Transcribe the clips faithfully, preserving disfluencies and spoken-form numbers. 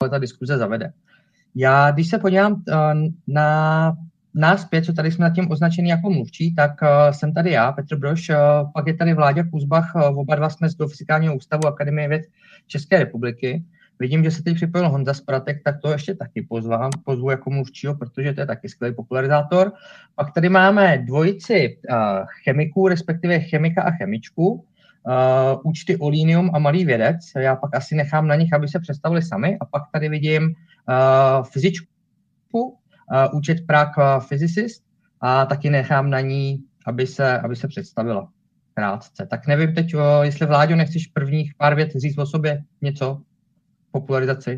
ta diskuze zavede. Já, když se podívám uh, na nás pět, co tady jsme nad tím označeni jako mluvčí, tak uh, jsem tady já, Petr Brož, uh, pak je tady Vláďa Kuzbach, uh, oba dva jsme z Geofyzikálního ústavu Akademie věd České republiky. Vidím, že se teď připojil Honza Spratek, tak to ještě taky pozvám, pozvu jako mluvčího, protože to je taky skvělý popularizátor. Pak tady máme dvojici uh, chemiků, respektive chemika a chemičku, uh, účty Olinium a Malý vědec. Já pak asi nechám na nich, aby se představili sami. A pak tady vidím uh, fyzičku, uh, účet Prague Physicist, a taky nechám na ní, aby se, aby se představila krátce. Tak nevím teď, uh, jestli Vláďo, nechceš prvních pár vět říct o sobě něco? Popularizaci.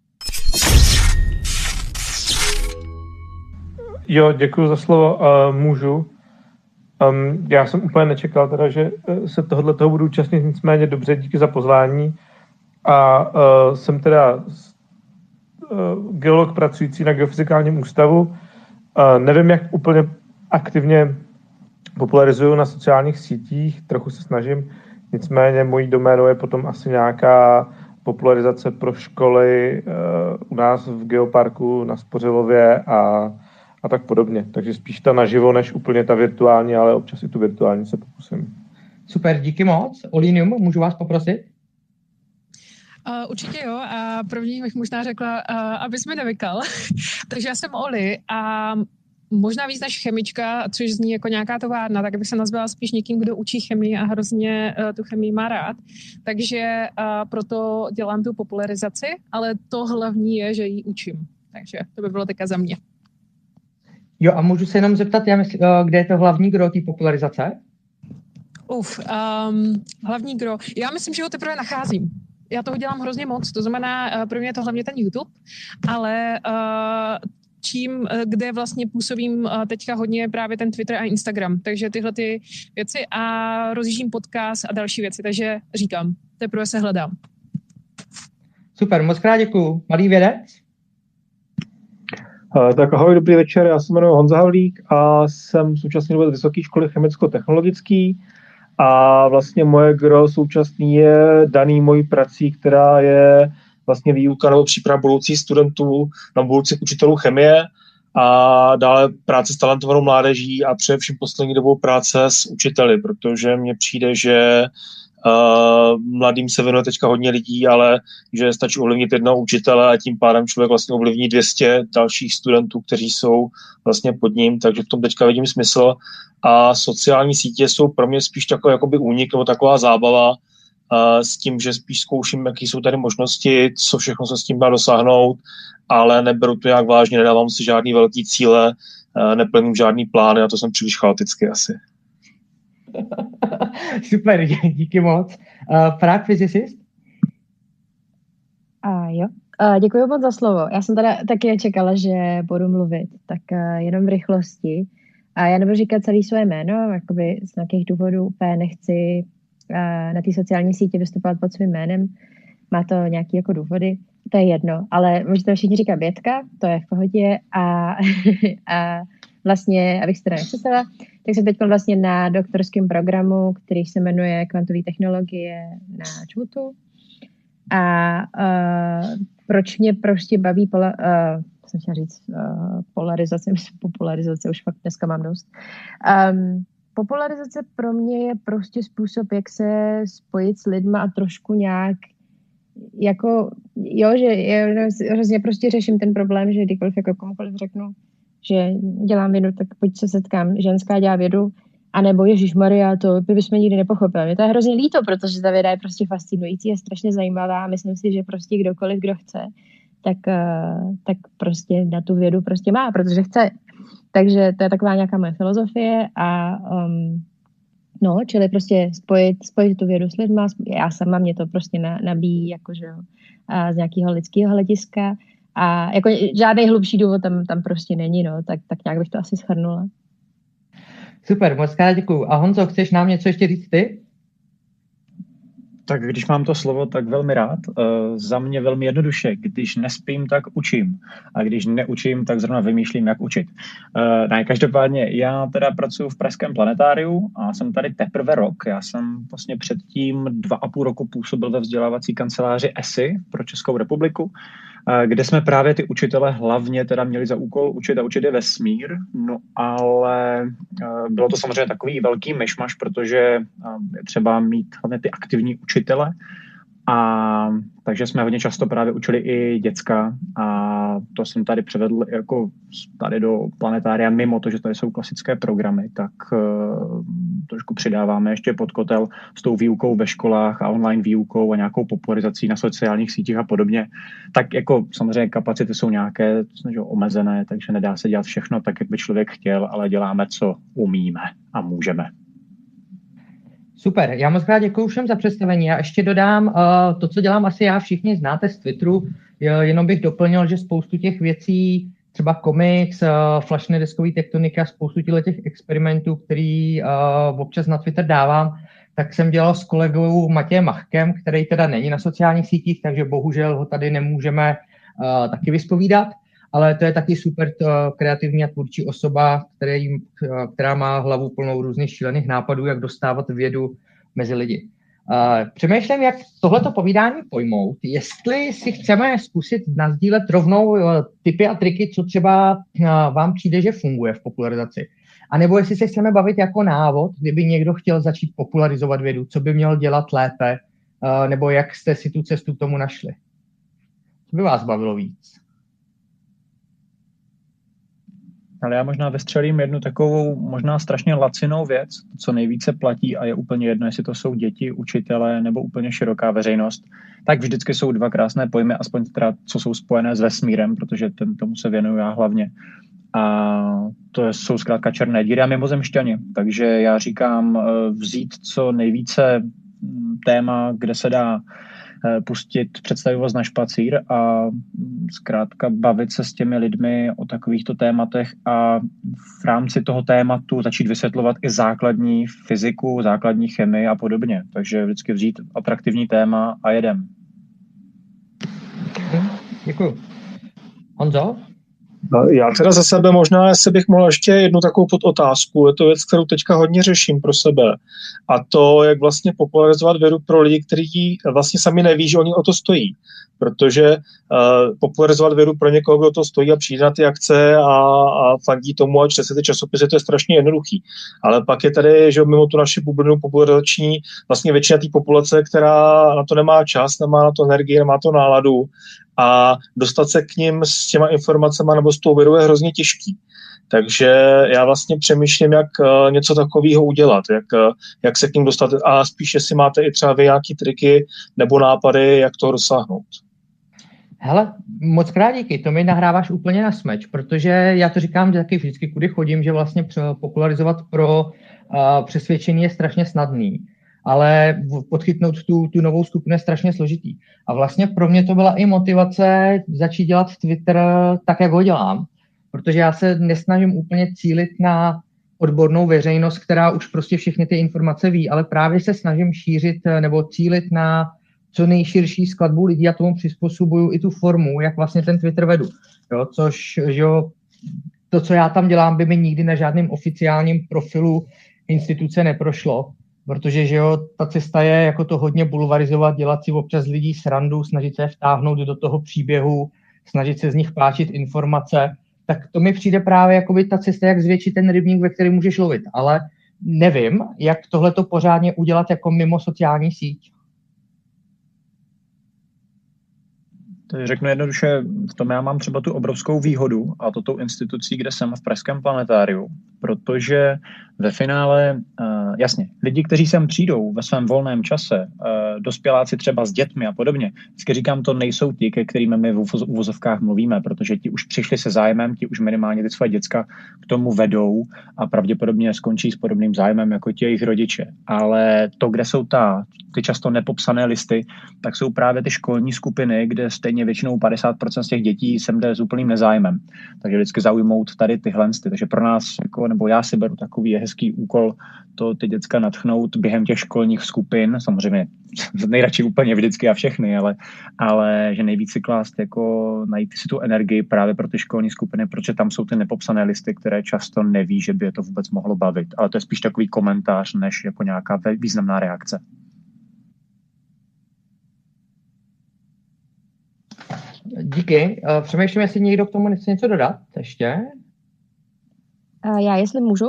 Jo, děkuji za slovo. Uh, můžu. Um, já jsem úplně nečekal teda, že se tohohle toho budu účastnit, nicméně dobře, díky za pozvání. A uh, jsem teda uh, geolog pracující na Geofyzikálním ústavu. Uh, nevím, jak úplně aktivně popularizuju na sociálních sítích, trochu se snažím, nicméně mojí doménou je potom asi nějaká popularizace pro školy uh, u nás v Geoparku na Spořilově a, a tak podobně. Takže spíš ta naživo, než úplně ta virtuální, ale občas i tu virtuální se pokusím. Super, díky moc. Olinium, můžu vás poprosit? Uh, určitě jo. A první bych možná řekla, uh, abys mi nevykal. Takže já jsem Oli a možná víc než chemička, což zní jako nějaká továrna, tak bych se nazvala spíš někým, kdo učí chemii a hrozně uh, tu chemii má rád. Takže uh, proto dělám tu popularizaci, ale to hlavní je, že ji učím. Takže to by bylo teďka za mě. Jo, a můžu se jenom zeptat, já mysl, uh, kde je to hlavní gro té popularizace? Uf, um, hlavní gro. Já myslím, že ho teprve nacházím. Já toho dělám hrozně moc, to znamená, uh, pro mě je to hlavně ten YouTube, ale uh, čím, kde vlastně působím teďka hodně právě ten Twitter a Instagram. Takže tyhle ty věci a rozjíždím podcast a další věci. Takže říkám, teprve se hledám. Super, moc krát děkuju. Malý vědec? Tak ahoj, dobrý večer, já se jmenuji Honza Havlík a jsem současně z Vysoké školy chemicko-technologický a vlastně moje gro současný je daný mojí prací, která je vlastně výuka nebo příprava budoucích studentů na budoucích učitelů chemie a dále práce s talentovanou mládeží a především poslední dobou práce s učiteli, protože mně přijde, že uh, mladým se věnuje teďka hodně lidí, ale že stačí ovlivnit jednoho učitele a tím pádem člověk vlastně ovlivní dvě stě dalších studentů, kteří jsou vlastně pod ním, takže v tom teďka vidím smysl a sociální sítě jsou pro mě spíš takový jakoby únik nebo taková zábava, Uh, s tím, že spíš zkouším, jaký jsou tady možnosti, co všechno se s tím dá dosáhnout, ale neberu to nějak vážně, nedávám si žádný velký cíle, uh, neplním žádný plány a to jsem příliš chaoticky asi. Super, díky moc. Uh, Prague Physicist? A jo, uh, děkuji moc za slovo. Já jsem teda taky nečekala, že budu mluvit, tak uh, jenom v rychlosti. A já nebudu říkat celé své jméno, jakoby z nějakých důvodů úplně nechci na té sociální sítě vystupovat pod svým jménem. Má to nějaké jako důvody, to je jedno, ale můžete všichni říkat Bětka, to je v pohodě a, a vlastně, abych se teda nepředstavila, tak jsem teď vlastně na doktorském programu, který se jmenuje Kvantové technologie na ČVUTu a uh, proč mě prostě baví pola, uh, jsem chtěla říct uh, polarizace, myslím popularizace, už fakt dneska mám dost. Um, Popularizace pro mě je prostě způsob, jak se spojit s lidma a trošku nějak jako, jo, že já hrozně prostě řeším ten problém, že kdykoliv jako komukoliv řeknu, že dělám vědu, tak pojď se setkám, ženská dělá vědu, anebo ježišmarja, to by bychom nikdy nepochopili. Mě to je hrozně líto, protože ta věda je prostě fascinující a strašně zajímavá a myslím si, že prostě kdokoliv, kdo chce, tak, tak prostě na tu vědu prostě má, protože chce. Takže to je taková nějaká moje filozofie a um, no, čili prostě spojit, spojit tu vědu s lidma. Já sama mě to prostě na, nabíjí jakože a z nějakého lidského hlediska a jako žádný hlubší důvod tam, tam prostě není, no, tak, tak nějak bych to asi shrnula. Super, moc krát děkuju. A Honzo, chceš nám něco ještě říct ty? Tak když mám to slovo, tak velmi rád. Uh, za mě velmi jednoduše. Když nespím, tak učím. A když neučím, tak zrovna vymýšlím, jak učit. Uh, ne, každopádně já teda pracuji v Pražském planetáriu a jsem tady teprve rok. Já jsem vlastně předtím dva a půl roku působil ve vzdělávací kanceláři E S I pro Českou republiku, kde jsme právě ty učitele hlavně teda měli za úkol učit a učit je vesmír, no ale bylo to samozřejmě takový velký myšmaš, protože je třeba mít hlavně ty aktivní učitele, a takže jsme hodně často právě učili i děcka a to jsem tady převedl jako tady do planetária mimo to, že tady jsou klasické programy, tak uh, trošku přidáváme ještě pod kotel s tou výukou ve školách a online výukou a nějakou popularizací na sociálních sítích a podobně. Tak jako samozřejmě kapacity jsou nějaké že, omezené, takže nedá se dělat všechno tak, jak by člověk chtěl, ale děláme, co umíme a můžeme. Super, já moc krát děkuji všem za představení. Já ještě dodám uh, to, co dělám asi já, všichni znáte z Twitteru, jenom bych doplnil, že spoustu těch věcí, třeba komiks, uh, flašné deskový tektonika, spoustu těch experimentů, který uh, občas na Twitter dávám, tak jsem dělal s kolegou Matějem Machkem, který teda není na sociálních sítích, takže bohužel ho tady nemůžeme uh, taky vyspovídat, ale to je taky super to, kreativní a tvůrčí osoba, který, která má hlavu plnou různých šílených nápadů, jak dostávat vědu mezi lidi. Uh, přemýšlím, jak tohleto povídání pojmout, jestli si chceme zkusit nasdílet rovnou uh, tipy a triky, co třeba uh, vám přijde, že funguje v popularizaci. A nebo jestli se chceme bavit jako návod, kdyby někdo chtěl začít popularizovat vědu, co by měl dělat lépe, uh, nebo jak jste si tu cestu k tomu našli. Co by vás bavilo víc? Ale já možná vystřelím jednu takovou možná strašně lacinou věc, co nejvíce platí a je úplně jedno, jestli to jsou děti, učitelé nebo úplně široká veřejnost, tak vždycky jsou dva krásné pojmy, aspoň teda, co jsou spojené s vesmírem, protože ten, tomu se věnuju já hlavně. A to jsou zkrátka černé díry a mimozemšťani. Takže já říkám vzít co nejvíce téma, kde se dá pustit představivost na špacír a zkrátka bavit se s těmi lidmi o takovýchto tématech a v rámci toho tématu začít vysvětlovat i základní fyziku, základní chemii a podobně. Takže vždycky vzít atraktivní téma a jedem. Děkuji. Honzo? Já teda za sebe možná, jestli bych mohl ještě jednu takovou podotázku. Je to věc, kterou teďka hodně řeším pro sebe. A to, jak vlastně popularizovat vědu pro lidi, kteří vlastně sami neví, že oni o to stojí. Protože uh, popularizovat vědu pro někoho, kdo to stojí a přijde na ty akce a, a fandí tomu a čte si ty časopisy, to je strašně jednoduchý. Ale pak je tady, že mimo tu naši bublinu popularizační vlastně většina té populace, která na to nemá čas, nemá na to energii, nemá to náladu a dostat se k ním s těma informacemi nebo s tou vědou je hrozně těžký. Takže já vlastně přemýšlím, jak uh, něco takového udělat, jak, uh, jak se k ním dostat a spíš, jestli máte i třeba vy nějaký triky nebo nápady, jak toho dosáhnout. Hele, moc krát díky, to mi nahráváš úplně na smeč, protože já to říkám že taky vždycky, kudy chodím, že vlastně popularizovat pro uh, přesvědčení je strašně snadný, ale podchytnout tu, tu novou skupinu je strašně složitý. A vlastně pro mě to byla i motivace začít dělat Twitter tak, jak ho dělám, protože já se nesnažím úplně cílit na odbornou veřejnost, která už prostě všechny ty informace ví, ale právě se snažím šířit nebo cílit na co nejširší skladbu lidí a tomu přizpůsobuju i tu formu, jak vlastně ten Twitter vedu. Jo, což že jo, to, co já tam dělám, by mi nikdy na žádném oficiálním profilu instituce neprošlo, protože že jo, ta cesta je jako to hodně bulvarizovat, dělat si občas z lidí srandu, snažit se vtáhnout do toho příběhu, snažit se z nich páčit informace, tak to mi přijde právě jakoby ta cesta, jak zvětšit ten rybník, ve kterém můžeš lovit. Ale nevím, jak tohleto pořádně udělat jako mimo sociální síť. To řeknu jednoduše, v tom já mám třeba tu obrovskou výhodu a to tou institucí, kde jsem v Pražském planetáriu, protože ve finále, uh, jasně, lidi, kteří sem přijdou ve svém volném čase, uh, dospěláci třeba s dětmi a podobně, vždycky říkám, to nejsou ti, ke kterými my v uvozovkách mluvíme, protože ti už přišli se zájmem, ti už minimálně ty své děcka k tomu vedou a pravděpodobně skončí s podobným zájmem jako ti jejich rodiče. Ale to, kde jsou ta, ty často nepopsané listy, tak jsou právě ty školní skupiny, kde stejně většinou padesát procent z těch dětí sem jde s úplným nezájmem. Takže vždycky zaujmout tady tyhle. Takže pro nás, jako, nebo já si beru takový hezký úkol, to ty ty děcka nadchnout během těch školních skupin, samozřejmě nejradši úplně vždycky a všechny, ale, ale že nejvíc si klást jako najít si tu energii právě pro ty školní skupiny, protože tam jsou ty nepopsané listy, které často neví, že by je to vůbec mohlo bavit. Ale to je spíš takový komentář, než jako nějaká významná reakce. Díky. Přemýšlím, jestli někdo k tomu nechce něco dodat ještě. Já, jestli můžu?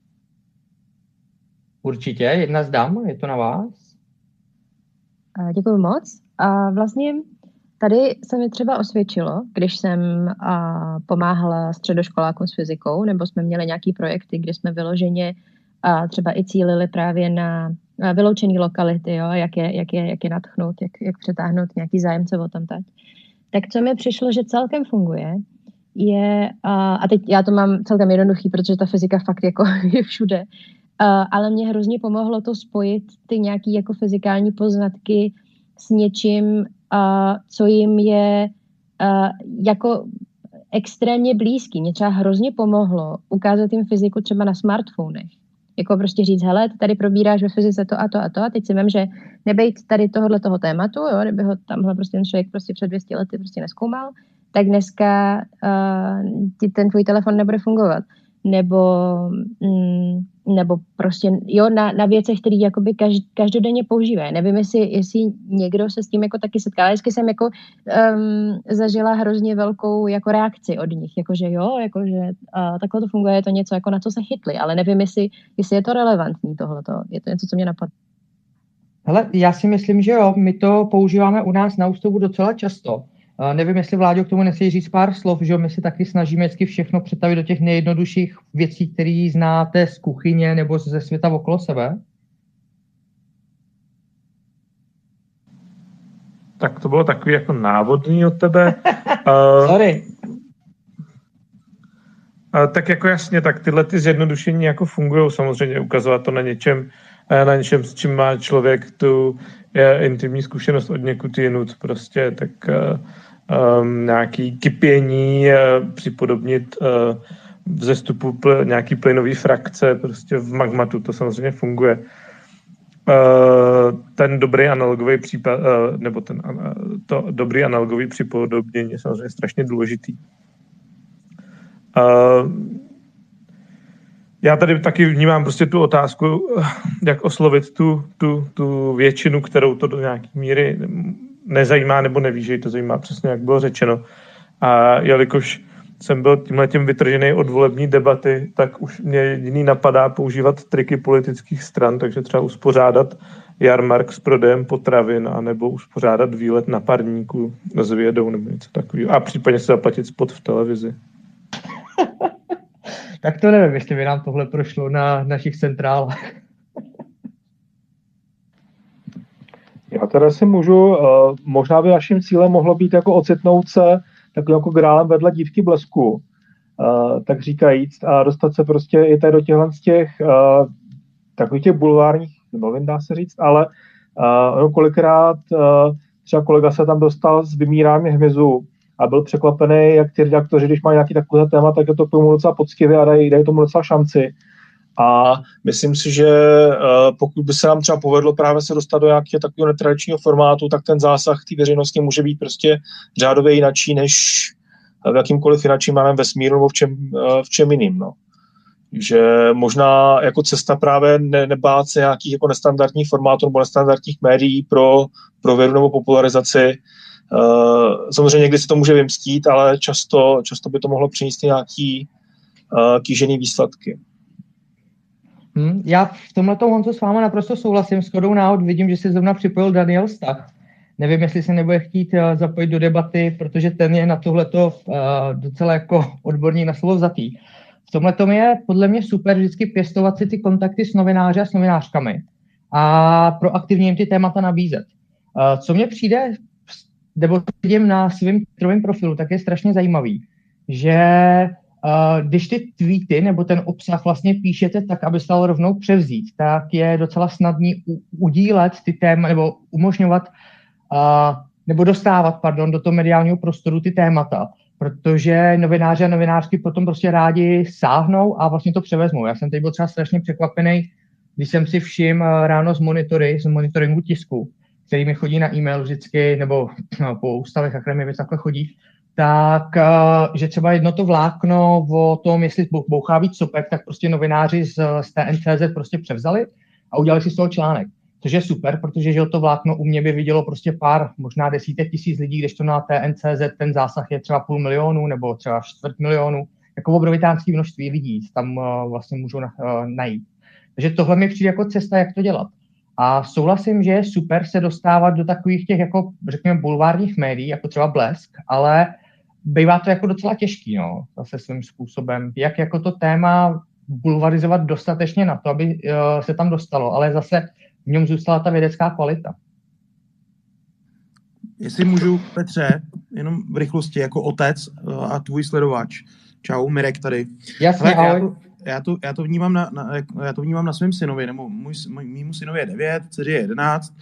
Určitě, jedna z dám, je to na vás. Děkuji moc. A vlastně tady se mi třeba osvědčilo, když jsem pomáhala středoškolákům s fyzikou, nebo jsme měli nějaký projekty, kde jsme vyloženě třeba i cílili právě na vyloučené lokality, jo, jak, je, jak, je, jak je nadchnout, jak, jak přetáhnout nějaký zájemce o tam teď. Tak co mi přišlo, že celkem funguje, je, a teď já to mám celkem jednoduchý, protože ta fyzika fakt jako je všude, ale mě hrozně pomohlo to spojit ty nějaký jako fyzikální poznatky s něčím, co jim je jako extrémně blízký. Mě třeba hrozně pomohlo ukázat jim fyziku třeba na smartfonech. Jako prostě říct, hele, ty tady probíráš ve fyzice to a to a to a teď si vím, že nebejt tady tohohle toho tématu, jo, kdyby ho tamhle prostě ten člověk prostě před dvě stě lety prostě nezkoumal, tak dneska uh, ti ten tvůj telefon nebude fungovat. Nebo, mm, nebo prostě jo, na, na věcech, které jakoby každ, každodenně používají. Nevím, jestli, jestli někdo se s tím jako taky setkal. Vždycky jsem jako um, zažila hrozně velkou jako reakci od nich. Jakože jo, jakože uh, takhle to funguje, je to něco, jako na co se chytli. Ale nevím, jestli, jestli je to relevantní tohleto. Je to něco, co mě napadlo. Hele, já si myslím, že jo, my to používáme u nás na ústavu docela často. Uh, nevím, jestli Vláďo k tomu nechci říct pár slov, že jo, my si taky snažíme vždycky všechno přetavit do těch nejjednodušších věcí, které znáte z kuchyně nebo ze světa okolo sebe. Tak to bylo takový jako návodný od tebe. uh, Sorry. Uh, tak jako jasně, tak tyhle ty zjednodušení jako fungují samozřejmě, ukazovat to na něčem, na něčem, s čím má člověk tu je, intimní zkušenost od někud jinut, prostě tak uh, um, nějaký kypění, uh, připodobnit uh, vzestupu pl, nějaký plynový frakce prostě v magmatu, to samozřejmě funguje. Uh, ten dobrý analogový případ, uh, nebo ten, uh, to dobrý analogový připodobnění je samozřejmě strašně důležitý. Uh, Já tady taky vnímám prostě tu otázku, jak oslovit tu, tu, tu většinu, kterou to do nějaké míry nezajímá nebo neví, že jí to zajímá, přesně jak bylo řečeno. A jelikož jsem byl tímhletím vytržený od volební debaty, tak už mě jediný napadá používat triky politických stran, takže třeba uspořádat jarmark s prodejem potravin anebo uspořádat výlet na parníku s vědou nebo něco takového. A případně se zaplatit spot v televizi. Tak to nevím, jestli by nám tohle prošlo na našich centrálách. Já teda si můžu, možná by naším cílem mohlo být jako ocitnout se takovým jako grálem vedle dívky blesku, tak říkajíc, a dostat se prostě i tady do těchhle z těch takových těch bulvárních novin, dá se říct, ale no, kolikrát třeba kolega se tam dostal s vymíráním hmyzu a byl překvapený, jak ty redaktoři, když mají nějaký takové téma, tak je to k tomu docela poctivě a dají, dají tomu docela šanci. A myslím si, že pokud by se nám třeba povedlo právě se dostat do nějakého takového netradičního formátu, tak ten zásah té veřejnosti může být prostě řádově jinačí, než v jakýmkoliv jinačím máme vesmíru nebo v čem, v čem jiným. No. Že možná jako cesta právě ne, nebát se nějakých jako nestandardních formátů nebo nestandardních médií pro, pro vědu nebo popularizaci. Uh, samozřejmě někdy se to může vymstít, ale často, často by to mohlo přinést nějaký uh, kýžený výsledky. Hmm, já v tomhletom, Honzo, s váma naprosto souhlasím. Shodou náhod vidím, že se zrovna připojil Daniel Stach. Nevím, jestli se nebude chtít uh, zapojit do debaty, protože ten je na tohleto uh, docela jako odborník na slovo vzatý. V tomhletom je podle mě super vždycky pěstovat si ty kontakty s novináři a s novinářkami a proaktivně jim ty témata nabízet. Uh, co mně přijde, nebo vidím na svém Twitterovém profilu, tak je strašně zajímavý, že uh, když ty tweety nebo ten obsah vlastně píšete tak, aby stalo rovnou převzít, tak je docela snadný u, udílet ty téma, nebo umožňovat, uh, nebo dostávat, pardon, do toho mediálního prostoru ty témata, protože novináři a novinářky potom prostě rádi sáhnou a vlastně to převezmou. Já jsem teď byl třeba strašně překvapený když jsem si všiml ráno z monitory, z monitoringu tisku, který mi chodí na e-mail vždycky, nebo no, po ústavech akademie věc takhle chodí, tak, že třeba jedno to vlákno o tom, jestli bouchá víc sopek, tak prostě novináři z, z T N C Z prostě převzali a udělali si z toho článek. Což je super, protože že to vlákno u mě by vidělo prostě pár, možná desítek tisíc lidí, když to na T N C Z ten zásah je třeba půl milionu nebo třeba čtvrt milionu. Jako obrovitánské množství lidí tam uh, vlastně můžou na, uh, najít. Takže tohle mi přijde jako cesta, jak to dělat. A souhlasím, že je super se dostávat do takových těch, jako řekněme, bulvárních médií, jako třeba Blesk, ale bývá to jako docela těžký, no, zase svým způsobem. Jak jako to téma bulvarizovat dostatečně na to, aby uh, se tam dostalo, ale zase v něm zůstala ta vědecká kvalita. Jestli můžu, Petře, jenom v rychlosti, jako otec uh, a tvůj sledovač. Čau, Mirek tady. Jasně, ale ahoj. Já, já, to, já, to vnímám na, na, já to vnímám na svém synovi, nebo můj, můj, mýmu synovi je devět, dceři je jedenáct.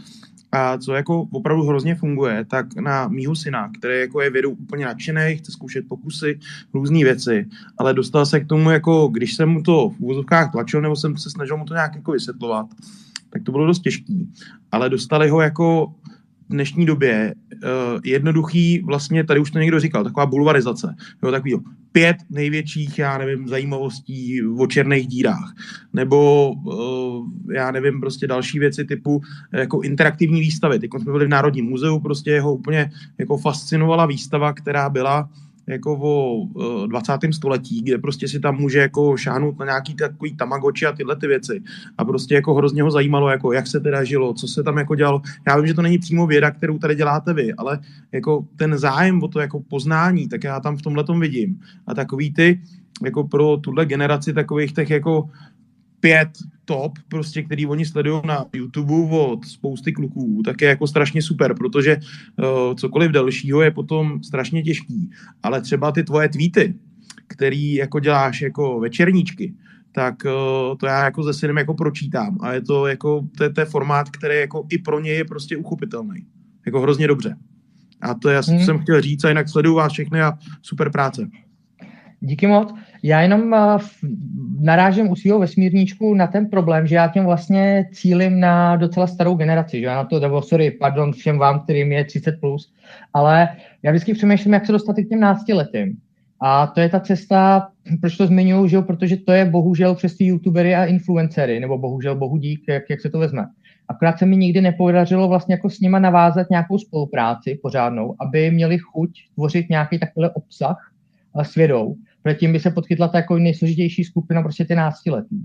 A co jako opravdu hrozně funguje, tak na mýho syna, který jako je vědou úplně nadšený, chce zkoušet pokusy, různé věci, ale dostal se k tomu, jako když jsem mu to v úvozovkách tlačil, nebo jsem se snažil mu to nějak jako vysvětlovat, tak to bylo dost těžký. Ale dostali ho jako v dnešní době uh, jednoduchý, vlastně tady už to někdo říkal, taková bulvarizace. Jo, takový pět největších, já nevím, zajímavostí o černých dírách. Nebo, uh, já nevím, prostě další věci typu jako interaktivní výstavy. Teď jsme byli v Národním muzeu, prostě jeho úplně jako fascinovala výstava, která byla jako o dvacátém století, kde prostě si tam může jako šáhnout na nějaký takový tamagotchi a tyhle ty věci. A prostě jako hrozně ho zajímalo, jako jak se teda žilo, co se tam jako dělalo. Já vím, že to není přímo věda, kterou tady děláte vy, ale jako ten zájem o to jako poznání, tak já tam v tomhletom vidím. A takový ty, jako pro tuhle generaci takových těch jako pět top, prostě, který oni sledují na YouTube od spousty kluků, tak je jako strašně super, protože uh, cokoliv dalšího je potom strašně těžký. Ale třeba ty tvoje tweety, který jako děláš jako večerníčky, tak uh, to já jako ze synem jako pročítám. A je to jako, to je, to je formát, který jako i pro ně je prostě uchopitelný. Jako hrozně dobře. A to já hmm. jsem chtěl říct, a jinak sleduju vás všechny a super práce. Díky moc. Já jenom uh, narážím u svého vesmírníčku na ten problém, že já tím vlastně cílim na docela starou generaci, že já na to, nebo sorry, pardon všem vám, kterým je třicet plus, ale já vždycky přemýšlím, jak se dostat k těm náctiletým. A to je ta cesta, proč to zmiňuji, že jo, protože to je bohužel přes ty youtubery a influencery, nebo bohužel bohu dík, jak, jak se to vezme. Akorát se mi nikdy nepodařilo vlastně jako s nima navázat nějakou spolupráci pořádnou, aby měli chuť tvořit nějaký takový obsah s vědou. Tím by se podchytla ta jako nejsložitější skupina, prostě ty náctiletí.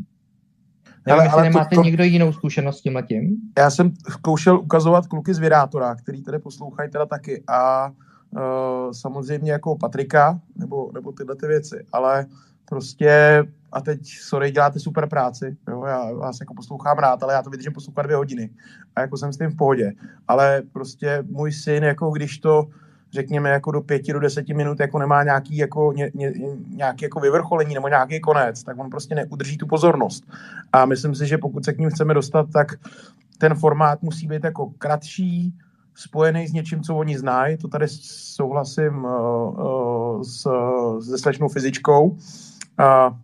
Nevím, jestli nemáte to, to... někdo jinou zkušenost s tímhletím? Já jsem zkoušel ukazovat kluky z Vědátora, který tady poslouchají teda taky. A uh, samozřejmě jako Patrika, nebo, nebo tyhle ty věci. Ale prostě, a teď, sorry, děláte super práci. Jo? Já vás jako poslouchám rád, ale já to vydržím poslouchat dvě hodiny. A jako jsem s tím v pohodě. Ale prostě můj syn, jako když to řekněme, jako do pěti, do deseti minut jako nemá nějaký, jako, ně, ně, nějaký jako vyvrcholení nebo nějaký konec, tak on prostě neudrží tu pozornost. A myslím si, že pokud se k ním chceme dostat, tak ten formát musí být jako kratší, spojený s něčím, co oni znají. To tady souhlasím uh, uh, s, se slečnou fyzičkou. A, a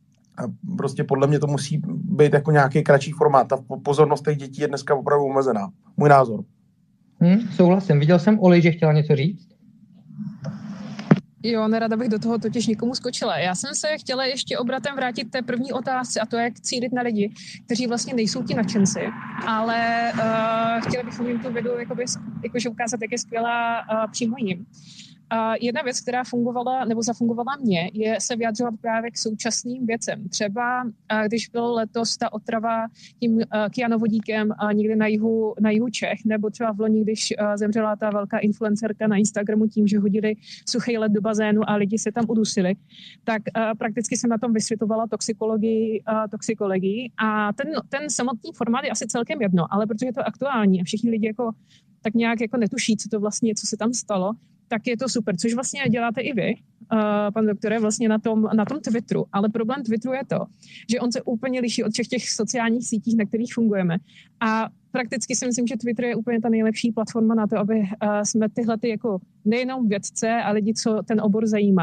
prostě podle mě to musí být jako nějaký kratší formát. Ta pozornost těch dětí je dneska opravdu omezená. Můj názor. Hmm, souhlasím. Viděl jsem Oli, že chtěla něco říct. Jo, nerada bych do toho totiž někomu skočila. Já jsem se chtěla ještě obratem vrátit té první otázce, a to jak cílit na lidi, kteří vlastně nejsou ti nadšenci, ale uh, chtěli bychom jim tu vědu jakoby, jakože ukázat, jak je skvělá uh, přímo jim. A jedna věc, která fungovala nebo zafungovala mně, je se vyjadřovat právě k současným věcem. Třeba když byl letos ta otrava tím kyanovodíkem někde na jihu, na jihu Čech, nebo třeba v loni, když zemřela ta velká influencerka na Instagramu tím, že hodili suchý led do bazénu a lidi se tam udusili, tak prakticky jsem na tom vysvětlovala toxikologii, toxikologii a ten, ten samotný formát je asi celkem jedno, ale protože je to aktuální a všichni lidi jako tak nějak jako netuší, co to vlastně, co se tam stalo, tak je to super, což vlastně děláte i vy, uh, pan doktore, vlastně na tom, na tom Twitteru. Ale problém Twitteru je to, že on se úplně liší od všech těch sociálních sítích, na kterých fungujeme. A prakticky si myslím, že Twitter je úplně ta nejlepší platforma na to, aby uh, jsme tyhle ty jako nejenom vědce a lidi, co ten obor zajímá,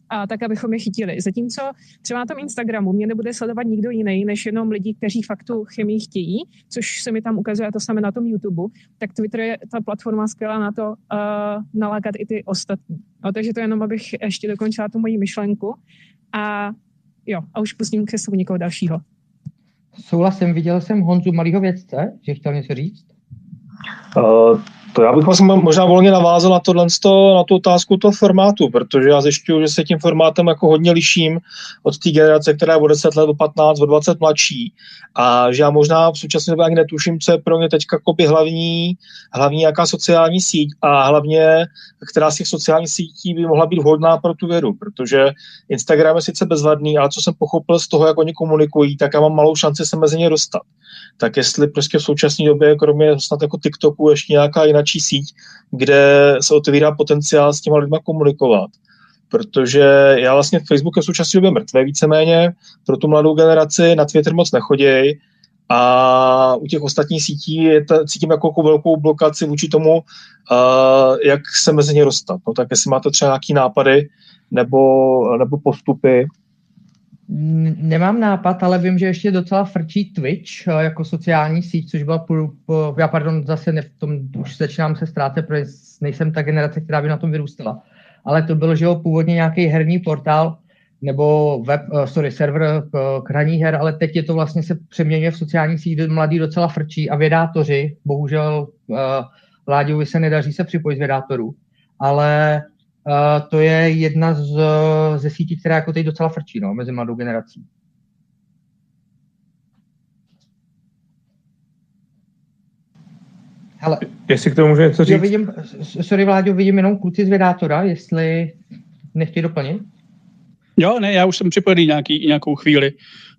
a tak, abychom je chytili. Zatímco třeba na tom Instagramu mě nebude sledovat nikdo jiný, než jenom lidi, kteří fakt tu chemii chtějí, což se mi tam ukazuje, a to samé na tom YouTube, tak Twitter je ta platforma skvělá na to uh, nalákat i ty ostatní. No, takže to jenom, abych ještě dokončila tu moji myšlenku. A jo, a už pustím ke slovu někoho dalšího. Souhlasím, viděl jsem Honzu Malýho vědce, že chtěl něco říct. Uh, to já bych vlastně možná volně navázal na tohle, na tu otázku toho formátu, protože já zjišťuju, že se tím formátem jako hodně liším od té generace, která je o deset let, o patnáct, o dvacet mladší, a že já možná v současné době ani netuším, co je pro mě teďka hlavní, hlavní jaká sociální síť a hlavně, která z těch sociálních sítí by mohla být vhodná pro tu vědu, protože Instagram je sice bezvadný, ale co jsem pochopil z toho, jak oni komunikují, tak já mám malou šanci se mezi ně dostat. Tak jestli prostě v současné době, kromě snad jako TikToku, ještě nějaká jináčí síť, kde se otevírá potenciál s těma lidma komunikovat. Protože já vlastně Facebook je v současné době mrtvé víceméně, pro tu mladou generaci na Twitter moc nechoděj a u těch ostatních sítí je ta, cítím jako velkou blokaci vůči tomu, uh, jak se mezi ně dostat. No, tak jestli máte třeba nějaký nápady nebo, nebo postupy. Nemám nápad, ale vím, že ještě docela frčí Twitch jako sociální síť, což byla, půl, po, já pardon, zase ne v tom, už začínám se ztrácet, protože nejsem ta generace, která by na tom vyrůstala. Ale to byl, že jo, původně nějaký herní portál, nebo web, uh, sorry, server k, k hraní her, ale teď je to vlastně se přeměňuje v sociální síť, kde mladí docela frčí a vědátoři, bohužel uh, Láďovi se nedaří se připojit z vědátorů, ale Uh, to je jedna z, ze sítí, která jako teď docela frčí, no, mezi mladou generací. Hele, jestli k tomu můžu něco říct? Jo, vidím, sorry Vláďo, vidím jenom kluci z vědátora, jestli nechtějí doplnit. Jo, ne, já už jsem připojený nějaký, nějakou chvíli.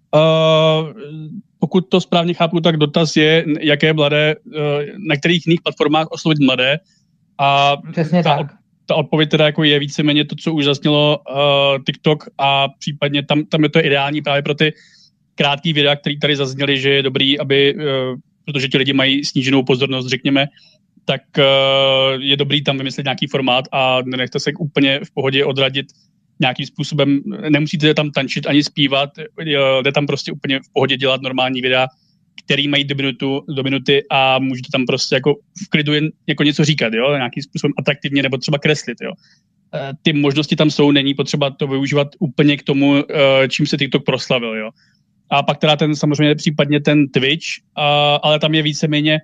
Uh, pokud to správně chápu, tak dotaz je, jaké mladé, uh, na kterých jiných platformách oslovit mladé. A přesně ta, tak. Ta odpověď teda jako je víceméně to, co už zasnělo uh, TikTok a případně tam, tam je to ideální právě pro ty krátké videa, které tady zazněly, že je dobrý, aby, uh, protože ti lidi mají sníženou pozornost, řekněme, tak uh, je dobrý tam vymyslet nějaký formát a nenechte se úplně v pohodě odradit nějakým způsobem. Nemusíte tam tančit ani zpívat, jde tam prostě úplně v pohodě dělat normální videa, který mají do, minutu, do minuty a můžete tam prostě jako v klidu jen jako něco říkat, jo, nějakým způsobem atraktivně nebo třeba kreslit, jo. Ty možnosti tam jsou, není potřeba to využívat úplně k tomu, čím se TikTok proslavil, jo. A pak teda ten samozřejmě případně ten Twitch, ale tam je víceméně,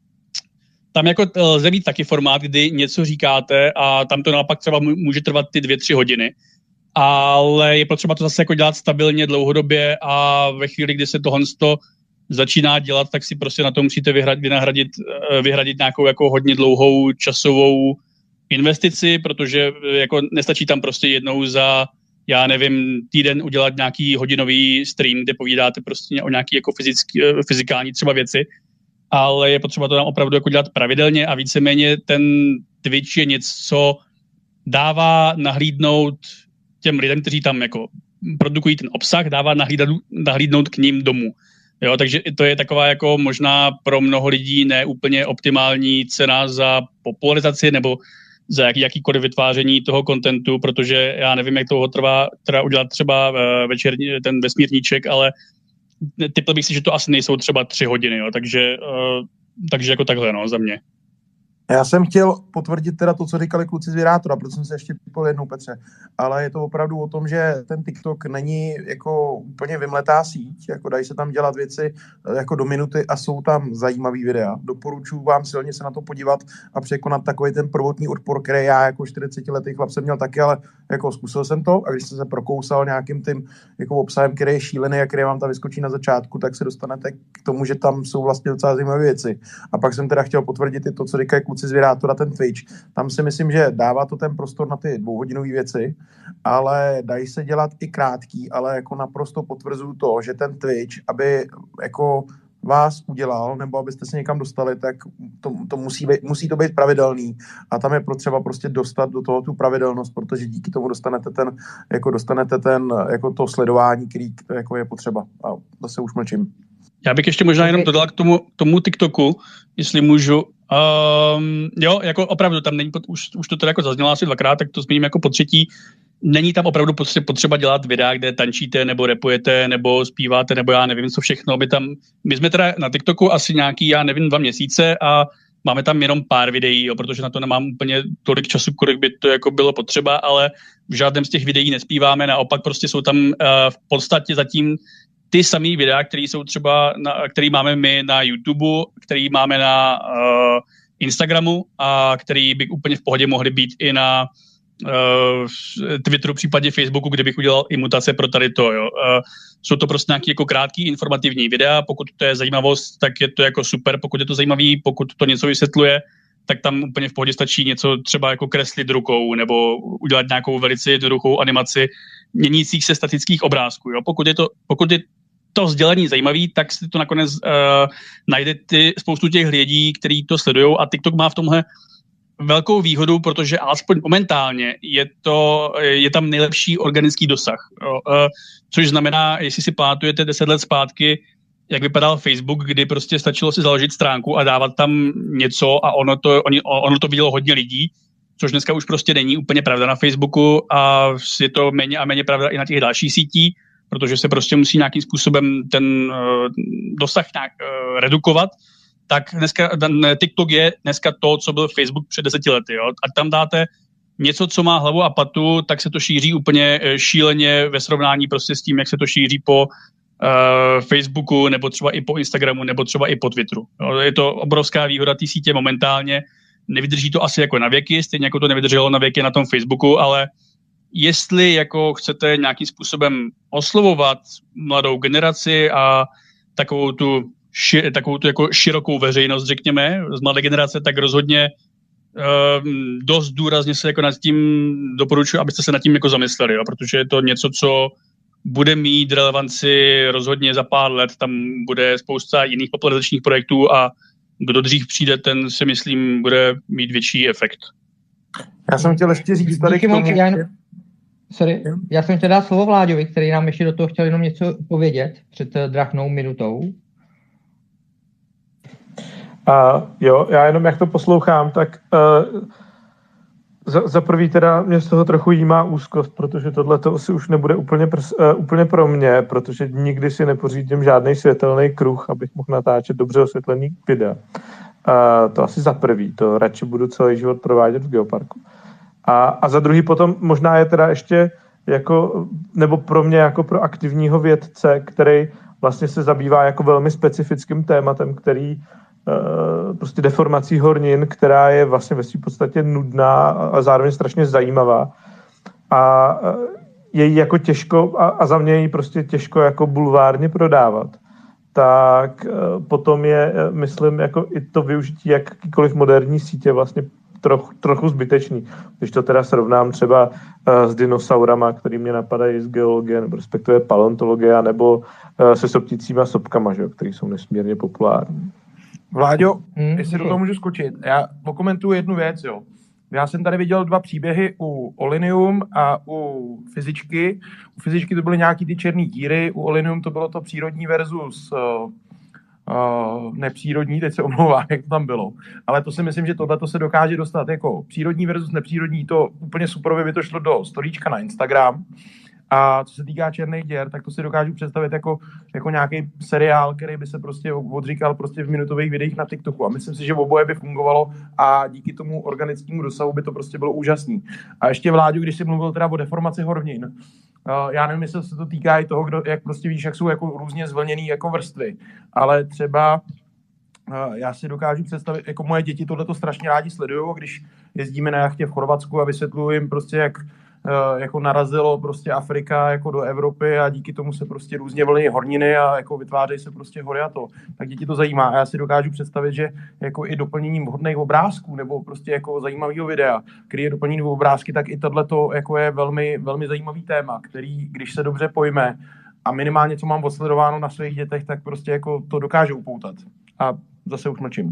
tam jako lze mít taky formát, kdy něco říkáte a tam to naopak třeba může trvat ty dvě, tři hodiny, ale je potřeba to zase jako dělat stabilně, dlouhodobě a ve chvíli, kdy se tohle začíná dělat, tak si prostě na to musíte vyhradit, vynahradit, vyhradit nějakou jako hodně dlouhou časovou investici, protože jako nestačí tam prostě jednou za, já nevím, týden udělat nějaký hodinový stream, kde povídáte prostě o nějaký jako fyzický, fyzikální třeba věci, ale je potřeba to tam opravdu jako dělat pravidelně a víceméně ten Twitch je něco, co dává nahlídnout těm lidem, kteří tam jako produkují ten obsah, dává nahlídat, nahlídnout k ním domů. Jo, takže to je taková jako možná pro mnoho lidí neúplně optimální cena za popularizaci nebo za jaký, jakýkoliv vytváření toho kontentu, protože já nevím, jak dlouho trvá teda udělat třeba večerní, ten vesmírníček, ale typl bych si, že to asi nejsou třeba tři hodiny, jo, takže, uh, takže jako takhle, no, za mě. Já jsem chtěl potvrdit teda to, co říkali kluci z Vědátora, protože jsem se ještě připojil jednou, Petře, ale je to opravdu o tom, že ten TikTok není jako úplně vymletá síť, jako dají se tam dělat věci jako do minuty a jsou tam zajímavý videa. Doporučuji vám silně se na to podívat a překonat takový ten prvotní odpor, který já jako čtyřicetiletý chlap jsem měl taky, ale jako zkusil jsem to a když jsem se prokousal nějakým tím jako obsahem, který je šílený a který vám tam vyskočí na začátku, tak se dostanete k tomu, že tam jsou vlastně docela zajímavé věci. A pak jsem teda chtěl potvrdit i to, co říkají kluci z Vědátora, ten Twitch. Tam si myslím, že dává to ten prostor na ty dvouhodinové věci, ale dají se dělat i krátký, ale jako naprosto potvrzuju to, že ten Twitch, aby jako vás udělal, nebo abyste se někam dostali, tak to, to musí, být, musí to být pravidelný a tam je potřeba prostě dostat do toho tu pravidelnost, protože díky tomu dostanete ten, jako dostanete ten, jako to sledování, který jako je potřeba. A zase už mlčím. Já bych ještě možná jenom dodal k tomu, tomu TikToku, jestli můžu. Um, jo, jako opravdu tam není, pod, už, už to teda jako zaznělo asi dvakrát, tak to zmíním jako po třetí. není tam opravdu potřeba dělat videa, kde tančíte, nebo rapujete, nebo zpíváte, nebo já nevím, co všechno. My, tam, my jsme teda na TikToku asi nějaký, já nevím, dva měsíce a máme tam jenom pár videí, jo, protože na to nemám úplně tolik času, kolik by to jako bylo potřeba, ale v žádném z těch videí nespíváme, naopak prostě jsou tam uh, v podstatě zatím ty samý videa, které jsou třeba, na, který máme my na YouTube, který máme na uh, Instagramu a který by úplně v pohodě mohly být i na uh, Twitteru, případně Facebooku, kde bych udělal imutace pro tady to. Jo. Uh, jsou to prostě nějaké jako krátký informativní videa, pokud to je zajímavost, tak je to jako super, pokud je to zajímavý, pokud to něco vysvětluje, tak tam úplně v pohodě stačí něco třeba jako kreslit rukou nebo udělat nějakou velice jednoduchou animaci měnících se statických obrázků. Jo. Pokud je to, pokud je to sdělení zajímavý, tak si to nakonec uh, najde ty, spoustu těch lidí, kteří to sledují a TikTok má v tomhle velkou výhodu, protože alespoň momentálně je, to, je tam nejlepší organický dosah. Jo. Uh, což znamená, jestli si pamatujete deset let zpátky, jak vypadal Facebook, kdy prostě stačilo si založit stránku a dávat tam něco a ono to, oni, ono to vidělo hodně lidí, což dneska už prostě není úplně pravda na Facebooku a je to méně a méně pravda i na těch dalších sítích, protože se prostě musí nějakým způsobem ten uh, dosah nějak uh, redukovat, tak dneska TikTok je dneska to, co byl Facebook před deseti lety. Jo? A tam dáte něco, co má hlavu a patu, tak se to šíří úplně šíleně ve srovnání prostě s tím, jak se to šíří po uh, Facebooku, nebo třeba i po Instagramu, nebo třeba i po Twitteru. Jo? Je to obrovská výhoda té sítě momentálně. Nevydrží to asi jako na věky, stejně jako to nevydrželo na věky na tom Facebooku, ale jestli jako chcete nějakým způsobem oslovovat mladou generaci a takovou tu, ši, takovou tu jako širokou veřejnost, řekněme, z mladé generace, tak rozhodně uh, dost důrazně se jako nad tím doporučuji, abyste se nad tím jako zamysleli, jo, protože je to něco, co bude mít relevanci rozhodně za pár let, tam bude spousta jiných popularizačních projektů a kdo dřív přijde, ten si myslím bude mít větší efekt. Já jsem chtěl ještě říct tady k tomu... Já, jen... Sorry, já jsem chtěl dát slovo Vláďovi, který nám ještě do toho chtěl jenom něco povědět před drahnou minutou. Uh, jo, já jenom jak to poslouchám, tak uh, za, za prvý teda mě z toho trochu jímá úzkost, protože tohle to asi už nebude úplně, prs, uh, úplně pro mě, protože nikdy si nepořídím žádný světelný kruh, abych mohl natáčet dobře osvětlený videa. Uh, to asi za prvý, to radši budu celý život provádět v geoparku. A, a za druhý potom možná je teda ještě jako, nebo pro mě jako pro aktivního vědce, který vlastně se zabývá jako velmi specifickým tématem, který uh, prostě deformací hornin, která je vlastně ve své podstatě nudná a zároveň strašně zajímavá. A uh, je jí jako těžko, a, a za mě ji prostě těžko jako bulvárně prodávat. Tak uh, potom je, myslím, jako i to využití jakýkoliv moderní sítě vlastně Troch, trochu zbytečný. Když to teda srovnám třeba uh, s dinosaurama, který mě napadají z geologie, nebo respektive paleontologie, nebo uh, se sopticíma sopkama, že, který jsou nesmírně populární. Vláďo, hmm, jestli do toho můžu skočit. Já okomentuju jednu věc, jo. Já jsem tady viděl dva příběhy u Olinium a u fyzičky. U fyzičky to byly nějaký ty černý díry, u Olinium to bylo to přírodní versus uh, Uh, nepřírodní, teď se omlouvám, jak to tam bylo. Ale to si myslím, že tohle se dokáže dostat jako přírodní versus nepřírodní, to úplně superově by to šlo do storíčka na Instagram. A co se týká černých děr, tak to si dokážu představit jako, jako nějaký seriál, který by se prostě odříkal prostě v minutových videích na TikToku. A myslím si, že oboje by fungovalo a díky tomu organickému dosahu by to prostě bylo úžasný. A ještě Vláďo, když jsi mluvil teda o deformaci hornin, Uh, já nevím, jestli se to týká i toho, kdo, jak prostě víš, jak jsou jako různě zvlněný jako vrstvy, ale třeba uh, já si dokážu představit, jako moje děti tohleto strašně rádi sledujou, když jezdíme na jachtě v Chorvatsku a vysvětluji jim prostě, jak uh, jako narazilo prostě Afrika jako do Evropy a díky tomu se prostě různě vlní horniny a jako vytvářejí se prostě hory a to. Tak děti to zajímá a já si dokážu představit, že jako i doplněním vhodných obrázků nebo prostě jako zajímavého videa, který je doplněný obrázky, tak i tohleto jako je velmi, velmi zajímavý téma, který, když se dobře pojme a minimálně, co mám odsledováno na svých dětech, tak prostě jako to dokáže upoutat. A zase už mlčím.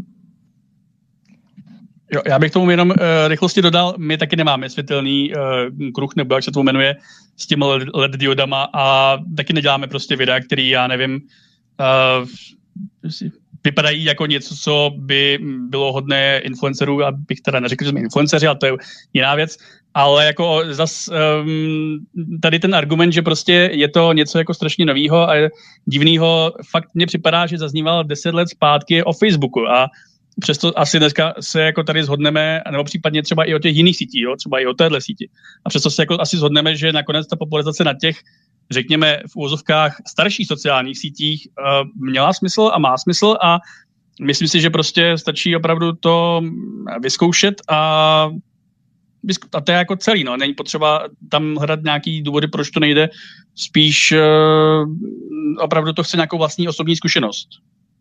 Jo, já bych tomu jenom uh, rychlosti dodal, my taky nemáme světelný uh, kruh, nebo jak se to jmenuje, s těmi L E D diodama a taky neděláme prostě videa, který, já nevím, uh, vypadají jako něco, co by bylo hodné influencerů, abych teda neřekl, že jsme influenceři, ale to je jiná věc, ale jako zas um, tady ten argument, že prostě je to něco jako strašně novýho a divnýho, fakt mně připadá, že zazníval deset let zpátky o Facebooku a přesto asi dneska se jako tady shodneme, nebo případně třeba i o těch jiných sítích, jo, třeba i o téhle síti. A přesto se jako asi shodneme, že nakonec ta popularizace na těch, řekněme, v úvozovkách starších sociálních sítích uh, měla smysl a má smysl a myslím si, že prostě stačí opravdu to vyzkoušet a, a to je jako celý, no. Není potřeba tam hledat nějaký důvody, proč to nejde, spíš uh, opravdu to chce nějakou vlastní osobní zkušenost.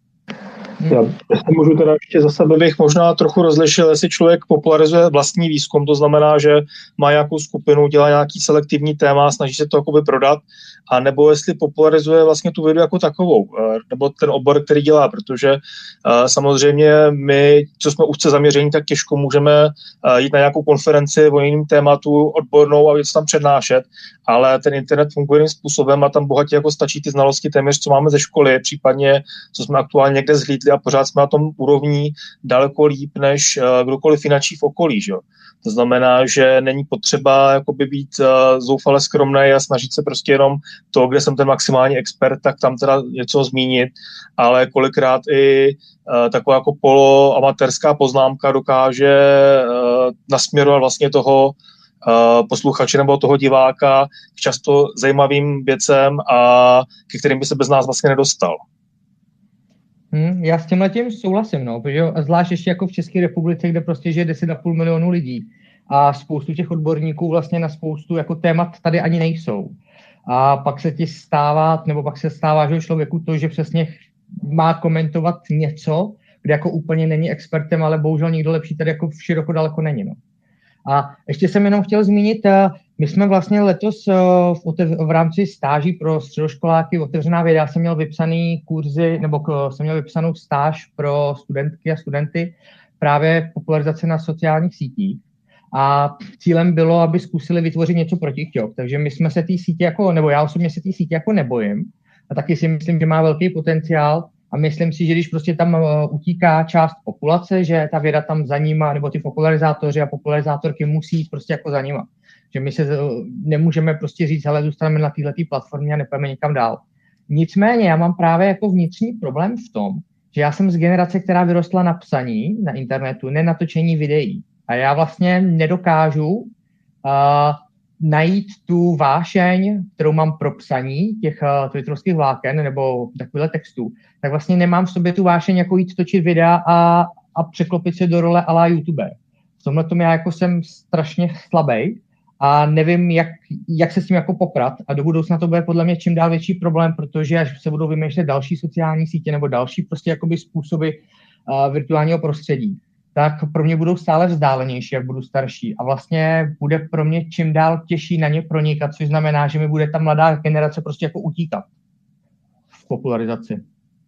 Já jestli můžu teda ještě za sebe bych možná trochu rozlišil, jestli člověk popularizuje vlastní výzkum, to znamená, že má nějakou skupinu, dělá nějaký selektivní téma, snaží se to jakoby prodat, a nebo jestli popularizuje vlastně tu vědu jako takovou, nebo ten obor, který dělá, protože samozřejmě my, co jsme úzce zaměření, tak těžko můžeme jít na nějakou konferenci o jiném tématu odbornou a věc tam přednášet, ale ten internet funguje jiným způsobem a tam bohatě jako stačí ty znalosti téměř, co máme ze školy, případně co jsme aktuálně někde zhlídli a pořád jsme na tom úrovni daleko líp než kdokoliv jináčí v okolí. Že? To znamená, že není potřeba jakoby být zoufale skromný a snažit se prostě jenom to, kde jsem ten maximální expert, tak tam teda něco zmínit, ale kolikrát i taková jako poloamatérská poznámka dokáže nasměrovat vlastně toho posluchače nebo toho diváka k často zajímavým věcem, a ke kterým by se bez nás vlastně nedostal. Hmm, já s tímhletím souhlasím, no, protože zvlášť ještě jako v České republice, kde prostě žije deset a půl milionu lidí a spoustu těch odborníků vlastně na spoustu jako témat tady ani nejsou. A pak se ti stává, nebo pak se stává, že člověku to, že přesně má komentovat něco, kde jako úplně není expertem, ale bohužel nikdo lepší tady jako široko daleko není, no. A ještě jsem jenom chtěl zmínit, my jsme vlastně letos v, otev- v rámci stáží pro středoškoláky Otevřená věda, já jsem měl vypsaný kurzy, nebo jsem měl vypsanou stáž pro studentky a studenty právě popularizace na sociálních sítích. A cílem bylo, aby zkusili vytvořit něco pro TikTok. Takže my jsme se té sítě jako, nebo já osobně se té sítě jako nebojím. A taky si myslím, že má velký potenciál. A myslím si, že když prostě tam uh, utíká část populace, že ta věda tam za nima, nebo ty popularizátoři a popularizátorky musí jít prostě jako za nima. Že my se uh, nemůžeme prostě říct, ale zůstaneme na této platformě a nepůjdeme nikam dál. Nicméně já mám právě jako vnitřní problém v tom, že já jsem z generace, která vyrostla na psaní na internetu, ne na točení videí. A já vlastně nedokážu uh, najít tu vášeň, kterou mám pro psaní těch uh, twitterovských vláken nebo takovýhle textů, tak vlastně nemám v sobě tu vášeň, jako jít točit videa a, a překlopit se do role a la YouTuber. V tomhle tom já jako jsem strašně slabý a nevím, jak, jak se s tím jako poprat, a do budoucna to bude podle mě čím dál větší problém, protože až se budou vymýšlet další sociální sítě nebo další prostě jakoby způsoby uh, virtuálního prostředí, tak pro mě budou stále vzdálenější, jak budu starší. A vlastně bude pro mě čím dál těžší na ně pronikat, což znamená, že mi bude ta mladá generace prostě jako utíkat v popularizaci.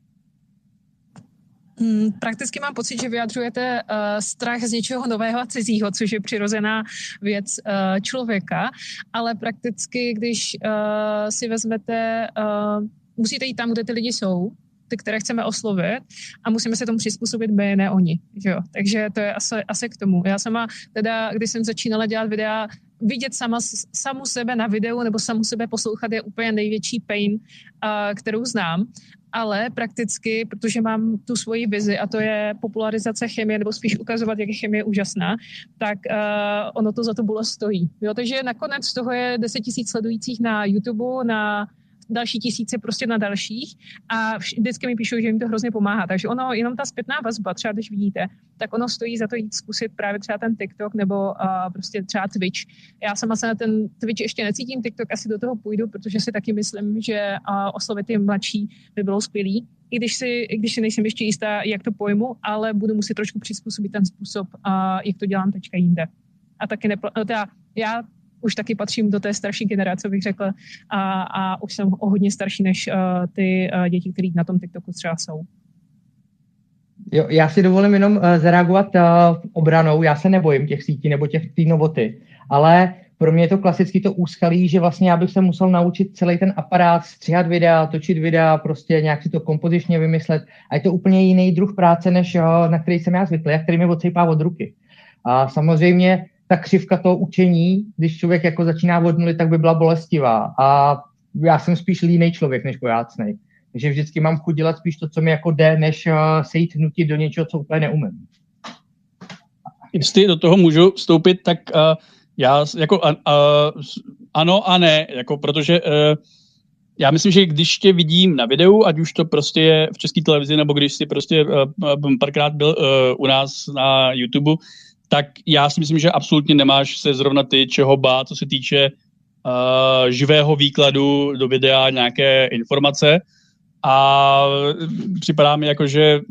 Prakticky mám pocit, že vyjadřujete uh, strach z něčeho nového a cizího, což je přirozená věc uh, člověka, ale prakticky, když uh, si vezmete, uh, musíte jít tam, kde ty lidi jsou, ty, které chceme oslovit, a musíme se tomu přizpůsobit my, ne oni. Že jo? Takže to je asi, asi k tomu. Já sama teda, když jsem začínala dělat videa, vidět sama, samu sebe na videu nebo samu sebe poslouchat je úplně největší pain, uh, kterou znám. Ale prakticky, protože mám tu svoji vizi, a to je popularizace chemie, nebo spíš ukazovat, jak je chemie úžasná, tak uh, ono to za to bylo stojí. Jo? Takže nakonec z toho je deset tisíc sledujících na YouTube, na další tisíce prostě na dalších, a vždycky mi píšou, že jim to hrozně pomáhá. Takže ono, jenom ta zpětná vazba, třeba když vidíte, tak ono stojí za to jít zkusit právě třeba ten TikTok nebo uh, prostě třeba Twitch. Já sama se na ten Twitch ještě necítím, TikTok asi do toho půjdu, protože si taky myslím, že uh, oslovit ty mladší by bylo skvělý. I když si, i když si nejsem ještě jistá, jak to pojmu, ale budu muset trošku přizpůsobit ten způsob, uh, jak to dělám teďka jinde. A taky nepl- teda já už taky patřím do té starší generace, bych řekla, a, a už jsem o hodně starší než uh, ty uh, děti, které na tom TikToku třeba jsou. Jo, já si dovolím jenom uh, zareagovat uh, obranou. Já se nebojím těch sítí nebo těch té novoty, ale pro mě je to klasicky to úskalí, že vlastně já bych se musel naučit celý ten aparát, stříhat videa, točit videa, prostě nějak si to kompozičně vymyslet. A je to úplně jiný druh práce, než na který jsem já zvyklý, a který mi odsejpá od ruky. A samozřejmě ta křivka toho učení, když člověk jako začíná od nuly, tak by byla bolestivá. A já jsem spíš línej člověk, než bojácnej. Takže vždycky mám chuť dělat spíš to, co mi jako jde, než se jít nutit do něčeho, co úplně neumím. Jestli do toho můžu vstoupit, tak uh, já jako uh, uh, ano a ne, jako protože uh, já myslím, že když tě vidím na videu, ať už to prostě je v České televizi, nebo když jsi prostě uh, párkrát byl uh, u nás na YouTube, tak já si myslím, že absolutně nemáš se zrovna ty čeho bát, co se týče uh, živého výkladu do videa nějaké informace. A připadá mi jako, že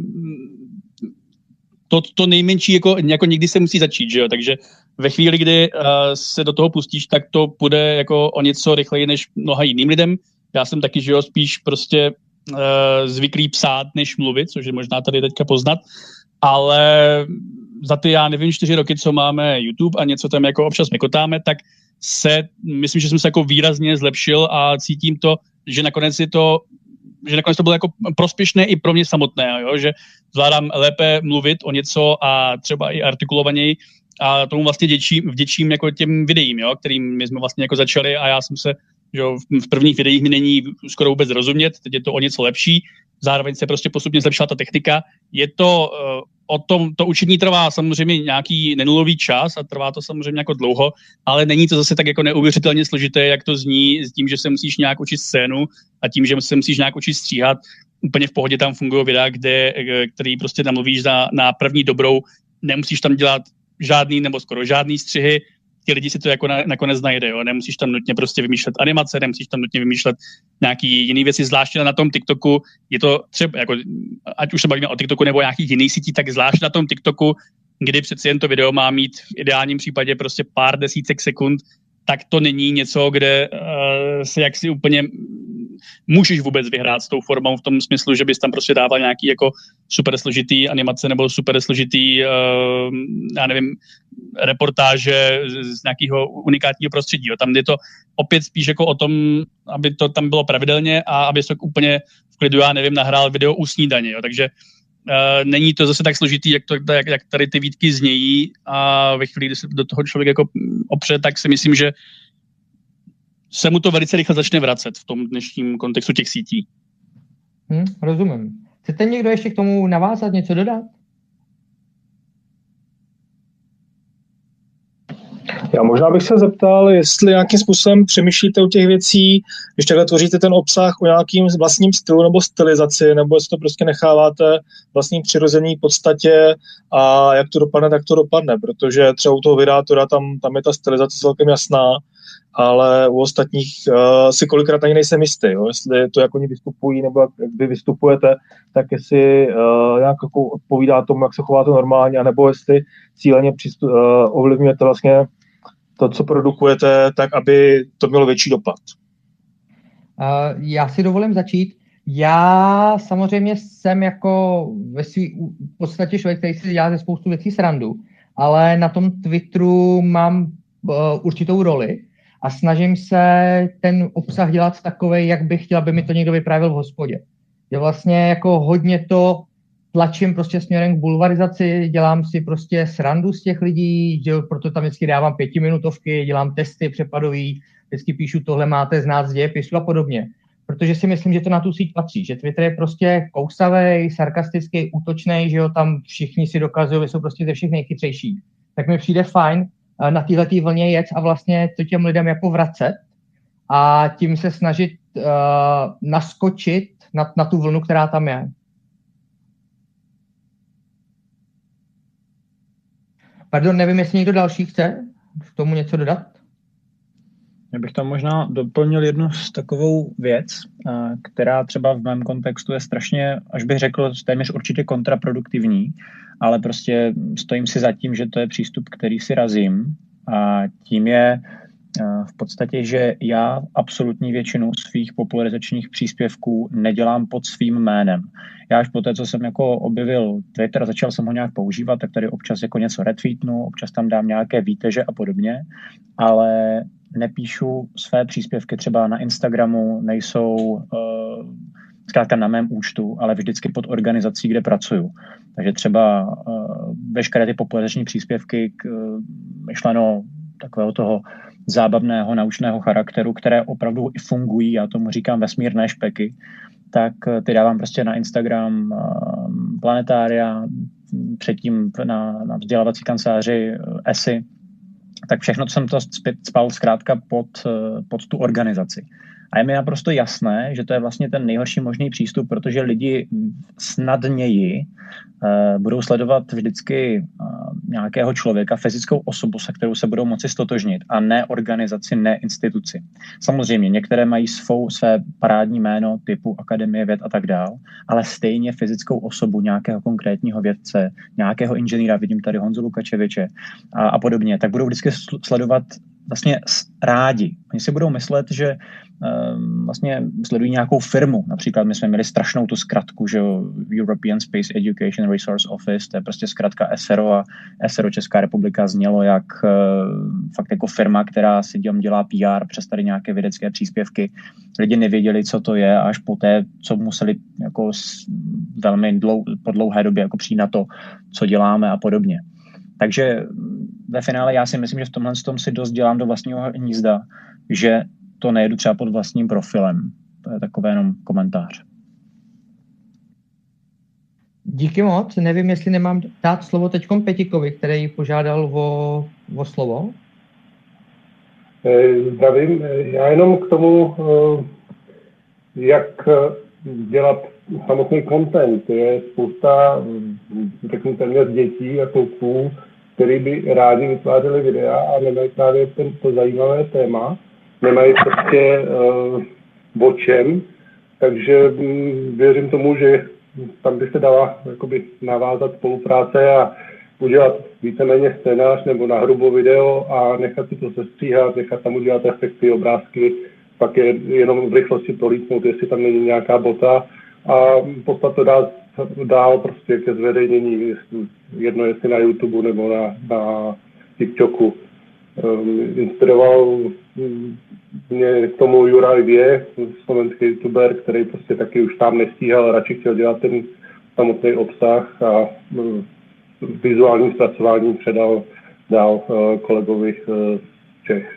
to, to nejmenší jako, jako někdy se musí začít, že jo? Takže ve chvíli, kdy uh, se do toho pustíš, tak to bude jako o něco rychleji než mnoha jiným lidem. Já jsem taky, že jo, spíš prostě uh, zvyklý psát, než mluvit, což je možná tady teďka poznat, ale za ty, já nevím, čtyři roky, co máme YouTube a něco tam jako občas mekotáme, tak se, myslím, že jsem se jako výrazně zlepšil a cítím to, že nakonec je to že nakonec to bylo jako prospěšné i pro mě samotné, jo? Že zvládám lépe mluvit o něco a třeba i artikulovaněji a tomu vlastně děčím, vděčím jako těm videím, jo? Kterým my jsme vlastně jako začali a já jsem se, že v prvních videích mi není skoro vůbec rozumět, teď je to o něco lepší, zároveň se prostě postupně zlepšila ta technika. Je to uh, o tom, to učení trvá samozřejmě nějaký nenulový čas a trvá to samozřejmě jako dlouho, ale není to zase tak jako neuvěřitelně složité, jak to zní s tím, že se musíš nějak učit scénu a tím, že se musíš nějak učit stříhat. Úplně v pohodě tam fungují videa, kde, který prostě namluvíš na, na první dobrou, nemusíš tam dělat žádný nebo skoro žádný střihy, ti lidi si to jako na, nakonec najde, jo? Nemusíš tam nutně prostě vymýšlet animace, nemusíš tam nutně vymýšlet nějaký jiný věci, zvláště na tom TikToku, je to třeba, jako, ať už se bavíme o TikToku nebo nějakých jiných sítí, tak zvláště na tom TikToku, kdy přeci jen to video má mít v ideálním případě prostě pár desítek sekund, tak to není něco, kde uh, se jaksi úplně můžeš vůbec vyhrát s tou formou v tom smyslu, že bys tam prostě dával nějaký jako super složitý animace nebo super složitý, uh, já nevím, reportáže z nějakého unikátního prostředí. Jo. Tam je to opět spíš jako o tom, aby to tam bylo pravidelně a aby se úplně v klidu, já nevím, nahrál video u snídaně. Jo. Takže uh, není to zase tak složitý, jak, to, jak, jak tady ty výtky znějí a ve chvíli, kdy se do toho člověk jako opře, tak si myslím, že se mu to velice rychle začne vracet v tom dnešním kontextu těch sítí. Hmm, rozumím. Chcete někdo ještě k tomu navázat, něco dodat? Já možná bych se zeptal, jestli nějakým způsobem přemýšlíte o těch věcí, když takhle tvoříte ten obsah o nějakým vlastním stylu nebo stylizaci, nebo jestli to prostě necháváte vlastní přirozený podstatě a jak to dopadne, tak to dopadne, protože třeba u toho videátora tam, tam je ta stylizace celkem jasná, ale u ostatních uh, si kolikrát ani nejsem jistý, jo? Jestli to, jak oni vystupují, nebo jak, jak vy vystupujete, tak jestli uh, nějak jako odpovídá tomu, jak se chováte normálně, anebo jestli cíleně přistup, uh, ovlivňujete vlastně to, co produkujete, tak, aby to mělo větší dopad. Uh, já si dovolím začít. Já samozřejmě jsem jako ve svý, v podstatě člověk, který si dělá ze spoustu věcí srandu, ale na tom Twitteru mám uh, určitou roli a snažím se ten obsah dělat takovej, jak bych chtěl, aby mi to někdo vyprávěl v hospodě. Je vlastně jako hodně to tlačím prostě směrem k bulvarizaci, dělám si prostě srandu z těch lidí, že proto tam vždycky dávám pětiminutovky, dělám testy přepadový, vždycky píšu, tohle máte znát z dějepisu a podobně. Protože si myslím, že to na tu síť patří, že Twitter je prostě kousavej, sarkastický, útočný, že jo, tam všichni si dokazují, že jsou prostě ze všech nejchytřejší. Tak mi přijde fajn na téhletý vlně jet a vlastně to těm lidem jako vracet a tím se snažit uh, naskočit na, na tu vlnu, která tam je. Pardon, nevím, jestli někdo další chce k tomu něco dodat? Já bych tam možná doplnil jednu z takovou věc, která třeba v mém kontextu je strašně, až bych řekl, téměř určitě kontraproduktivní, ale prostě stojím si za tím, že to je přístup, který si razím. A tím je v podstatě, že já absolutní většinu svých popularizačních příspěvků nedělám pod svým jménem. Já až po té, co jsem jako objevil Twitter a začal jsem ho nějak používat, tak tady občas jako něco retweetnu, občas tam dám nějaké výteže a podobně, ale nepíšu své příspěvky třeba na Instagramu, nejsou uh, zkrátka na mém účtu, ale vždycky pod organizací, kde pracuju. Takže třeba uh, veškeré ty popularizační příspěvky k uh, myšleno takového toho zábavného, naučného charakteru, které opravdu i fungují, já tomu říkám vesmírné špeky, tak ty dávám prostě na Instagram uh, Planetária, předtím na, na vzdělávací kanceláři uh, E S I, tak všechno, co jsem to spal zkrátka pod, pod tu organizaci. A je mi naprosto jasné, že to je vlastně ten nejhorší možný přístup, protože lidi snadněji uh, budou sledovat vždycky uh, nějakého člověka, fyzickou osobu, se kterou se budou moci stotožnit, a ne organizaci, ne instituci. Samozřejmě, některé mají svou, své parádní jméno typu Akademie věd a tak dál, ale stejně fyzickou osobu nějakého konkrétního vědce, nějakého inženýra, vidím tady Honzu Lukačeviče a, a podobně, tak budou vždycky sledovat vlastně rádi. Oni si budou myslet, že um, vlastně sledují nějakou firmu. Například my jsme měli strašnou tu zkratku, že European Space Education Resource Office, to je prostě zkratka E S E R O a E S E R O Česká republika znělo jak uh, fakt jako firma, která si dělá, dělá P R přes tady nějaké vědecké příspěvky. Lidi nevěděli, co to je, až poté, co museli jako velmi dlou, po dlouhé době jako přijít na to, co děláme a podobně. Takže ve finále já si myslím, že v tomhle tom si dost dělám do vlastního hnízda, že to nejedu třeba pod vlastním profilem. To je takový jenom komentář. Díky moc. Nevím, jestli nemám dát slovo teďkom Petikovi, který požádal o, o slovo. Zdravím. Já jenom k tomu, jak dělat samotný content. Je spousta, řeknu téměř dětí a kluků, který by rádi vytvářeli videa a nemají právě tento zajímavé téma. Nemají prostě uh, o čem, takže um, věřím tomu, že tam by se dala jakoby navázat spolupráce a udělat víceméně scénář nebo na hrubo video a nechat si to sestříhat, nechat tam udělat efekty, obrázky, pak je jenom v rychlosti prolítnout, jestli tam není nějaká bota a poslat to dál, dál prostě ke zveřejnění, jedno jestli na YouTube nebo na, na TikToku. Um, inspiroval mě k tomu Juraj Vě, slovenský youtuber, který prostě taky už tam nestíhal, radši chtěl dělat ten samotný obsah a um, vizuální zpracování předal dál uh, kolegovi uh, z Čech.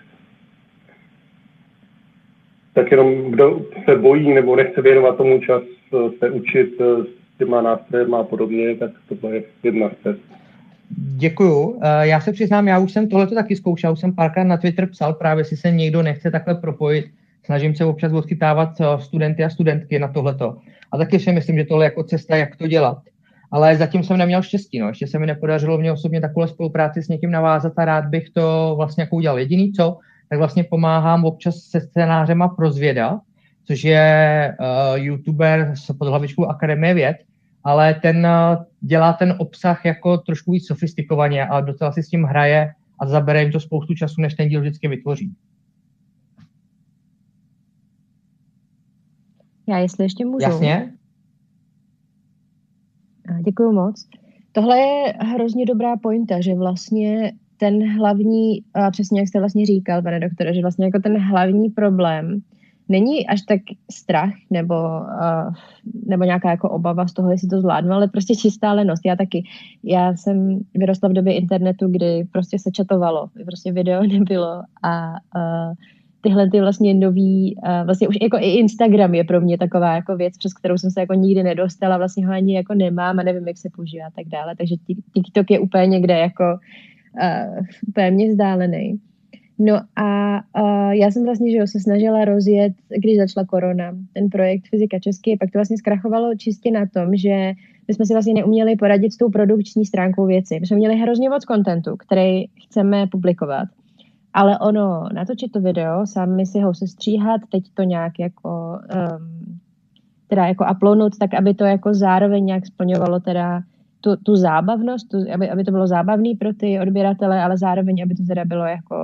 Tak jenom kdo se bojí nebo nechce věnovat tomu čas se učit s těma nástrojem a podobně, tak tohle je jedna z cest. Děkuju. Já se přiznám, já už jsem tohleto taky zkoušel, už jsem párkrát na Twitter psal, právě jestli se někdo nechce takhle propojit. Snažím se občas odchytávat studenty a studentky na tohleto. A taky si myslím, že tohle je jako cesta, jak to dělat. Ale zatím jsem neměl štěstí, no. Ještě se mi nepodařilo mě osobně takovou spolupráci s někým navázat a rád bych to vlastně jako udělal. Jediný co, tak vlastně pomáhám občas se scénářema Prozvěda, což je uh, youtuber pod hlavičkou Akademie věd, ale ten uh, dělá ten obsah jako trošku víc sofistikovaně a docela si s tím hraje a zabere jim to spoustu času, než ten díl vždycky vytvoří. Já jestli ještě můžu. Jasně. Děkuju moc. Tohle je hrozně dobrá pointa, že vlastně ten hlavní, a přesně jak jste vlastně říkal, pane doktore, že vlastně jako ten hlavní problém není až tak strach nebo, uh, nebo nějaká jako obava z toho, jestli to zvládnu, ale prostě čistá lenost. Já taky. Já jsem vyrostla v době internetu, kdy prostě se chatovalo, prostě video nebylo a uh, tyhle ty vlastně nový, uh, vlastně už jako i Instagram je pro mě taková jako věc, přes kterou jsem se jako nikdy nedostala, vlastně ho ani jako nemám a nevím, jak se používá a tak dále. Takže TikTok je úplně někde jako uh, úplně vzdálený. No a uh, já jsem vlastně, že jo, se snažila rozjet, když začala korona, ten projekt Fyzika Česky, pak to vlastně zkrachovalo čistě na tom, že my jsme si vlastně neuměli poradit s tou produkční stránkou věci. My jsme měli hrozně moc kontentu, který chceme publikovat, ale ono, natočit to video, sami si ho sestříhat, teď to nějak jako, um, teda jako uploadnout, tak aby to jako zároveň nějak splňovalo teda tu, tu zábavnost, tu, aby, aby to bylo zábavný pro ty odběratele, ale zároveň, aby to teda bylo jako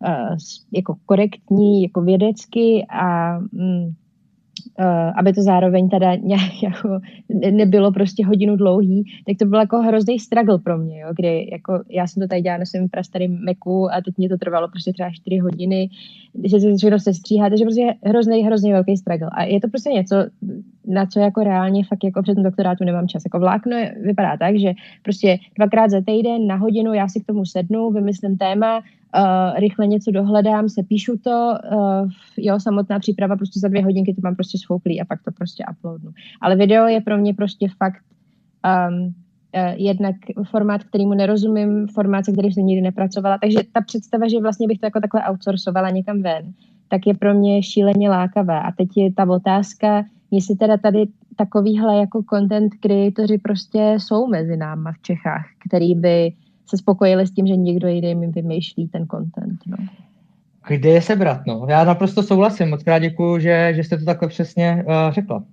uh, jako korektní, jako vědecky a mm, Uh, aby to zároveň teda nějak jako nebylo prostě hodinu dlouhý, tak to byl jako hrozný struggle pro mě, jo, kdy jako já jsem to tady dělala na svém prastarým Macu a teď mě to trvalo prostě třeba čtyři hodiny, že se všechno sestříhá, takže prostě hrozný, hrozný velký struggle. A je to prostě něco, na co jako reálně fakt jako před tím doktorátu nemám čas. Jako vlákno je, vypadá tak, že prostě dvakrát za týden na hodinu já si k tomu sednu, vymyslím téma, Uh, rychle něco dohledám, se píšu to, uh, jo, samotná příprava prostě za dvě hodinky to mám prostě sfouklý a pak to prostě uploadnu. Ale video je pro mě prostě fakt um, uh, jednak formát, kterýmu nerozumím, formát, se kterým jsem nikdy nepracovala, takže ta představa, že vlastně bych to jako takhle outsourcovala někam ven, tak je pro mě šíleně lákavá. A teď je ta otázka, jestli teda tady takovýhle jako content creatoři prostě jsou mezi náma v Čechách, který by se spokojili s tím, že někdo jiný jim vymýšlí ten content. No. Kde je sebrat? No? Já naprosto souhlasím. Moc krát děkuju, že, že jste to takhle přesně uh, řekla.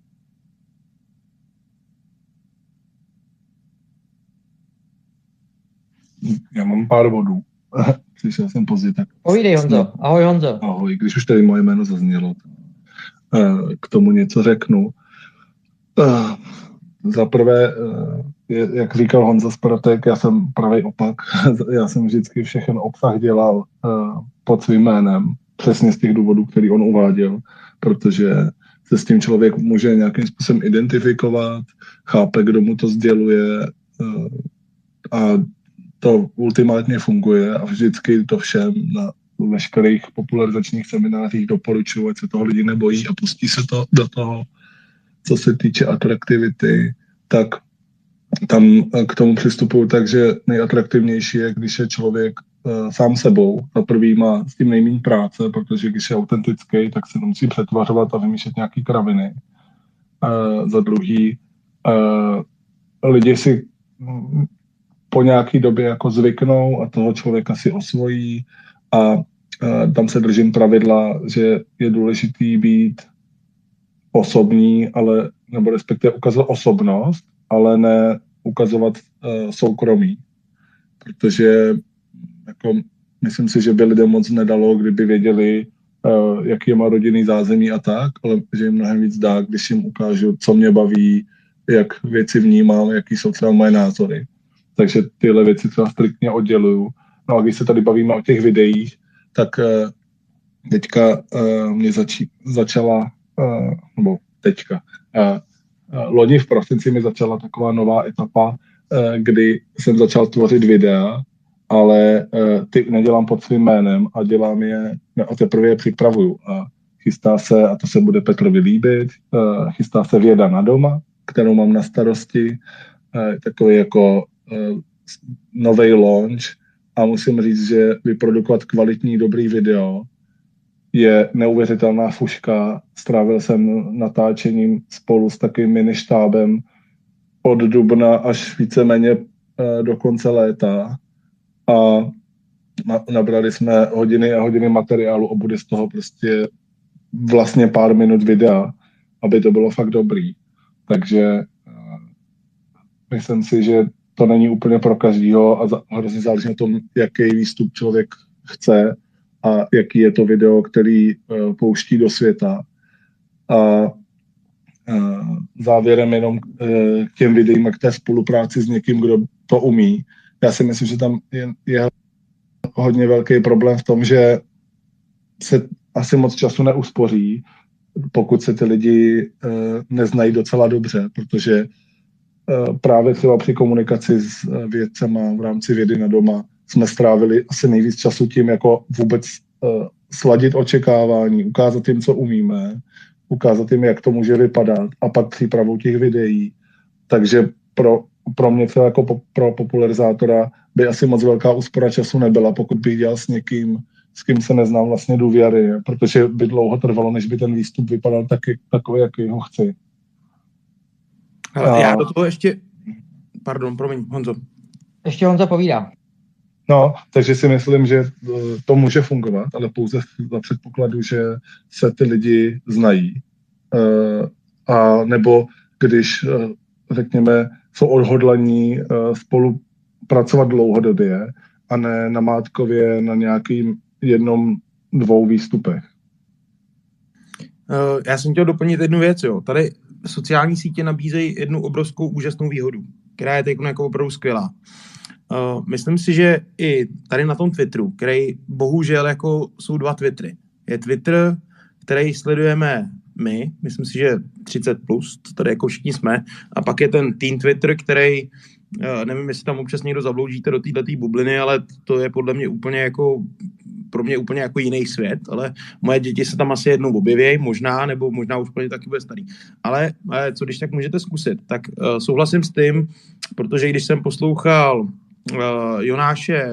Já mám pár bodů. Přišel jsem pozdě. Tak... Povídej, Honzo. Ahoj, Honzo. Ahoj. Když už tady moje jméno zaznělo, uh, k tomu něco řeknu. Uh, za prvé, uh, jak říkal Honza Spratek, já jsem pravý opak. Já jsem vždycky všechen obsah dělal uh, pod svým jménem, přesně z těch důvodů, který on uváděl, protože se s tím člověk může nějakým způsobem identifikovat, chápe, kdo mu to sděluje uh, a to ultimátně funguje a vždycky to všem na veškerých popularizačních seminářích doporučuji, ať se toho lidi nebojí a pustí se to do toho, co se týče atraktivity, tak tam k tomu přistupuju tak, že nejatraktivnější je, když je člověk uh, sám sebou. Za prvý má s tím nejméně práce, protože když je autentický, tak se nemusí přetvařovat a vymýšlet nějaký kraviny. Uh, za druhý, uh, lidi si um, po nějaký době jako zvyknou a toho člověka si osvojí a uh, tam se držím pravidla, že je důležitý být osobní, ale nebo respektive ukazovat osobnost, ale ne ukazovat uh, soukromí. Protože jako, myslím si, že by lidem moc nedalo, kdyby věděli, uh, jaký má rodinný zázemí a tak, ale že jim mnohem víc dá, když jim ukážu, co mě baví, jak věci vnímám, jaký jsou třeba moje názory. Takže tyhle věci třeba striktně odděluju. No a když se tady bavíme o těch videích, tak uh, teďka uh, mě zači- začala, uh, nebo teďka, uh, loni v prosinci mi začala taková nová etapa, kdy jsem začal tvořit videa, ale ty nedělám pod svým jménem a dělám je, a teprve je připravuju. A chystá se, a to se bude Petrovi líbit, chystá se Věda na doma, kterou mám na starosti, takový jako novej launch a musím říct, že vyprodukovat kvalitní, dobrý video je neuvěřitelná fuška. Strávil jsem natáčením spolu s takovým miništábem od dubna až víceméně do konce léta a nabrali jsme hodiny a hodiny materiálu a bude z toho prostě vlastně pár minut videa, aby to bylo fakt dobrý. Takže myslím si, že to není úplně pro každýho a hrozně záleží na tom, jaký výstup člověk chce a jaký je to video, který uh, pouští do světa. A uh, závěrem jenom uh, k těm videím a k té spolupráci s někým, kdo to umí. Já si myslím, že tam je, je hodně velký problém v tom, že se asi moc času neuspoří, pokud se ty lidi uh, neznají docela dobře, protože uh, právě třeba při komunikaci s uh, vědcema v rámci Vědy na doma jsme strávili asi nejvíc času tím, jako vůbec uh, sladit očekávání, ukázat jim, co umíme, ukázat jim, jak to může vypadat a pak přípravou těch videí. Takže pro, pro mě třeba jako po, pro popularizátora by asi moc velká úspora času nebyla, pokud bych dělal s někým, s kým se neznám vlastně důvěry, protože by dlouho trvalo, než by ten výstup vypadal taky, takový, jaký ho chci. Ale já do toho ještě... Pardon, promiň, Honzo. Ještě Honza povídá. No, takže si myslím, že to může fungovat, ale pouze za předpokladu, že se ty lidi znají. A nebo když, řekněme, jsou odhodlaní spolupracovat dlouhodobě a ne namátkově na nějakým jednom, dvou výstupech. Já jsem chtěl doplnit jednu věc. Jo. Tady sociální sítě nabízejí jednu obrovskou úžasnou výhodu, která je teď jako opravdu skvělá. Uh, myslím si, že i tady na tom Twitteru, který bohužel jako jsou dva Twittery. Je Twitter, který sledujeme my, myslím si, že třicet plus, to tady jako všichni jsme, a pak je ten teen Twitter, který, uh, nevím, jestli tam občas někdo zabloudíte do této bubliny, ale to je podle mě úplně jako, pro mě úplně jako jiný svět, ale moje děti se tam asi jednou objevějí, možná, nebo možná už úplně taky bude starý. Ale, ale co když tak můžete zkusit, tak uh, souhlasím s tím, protože když jsem poslouchal Uh, Jonáše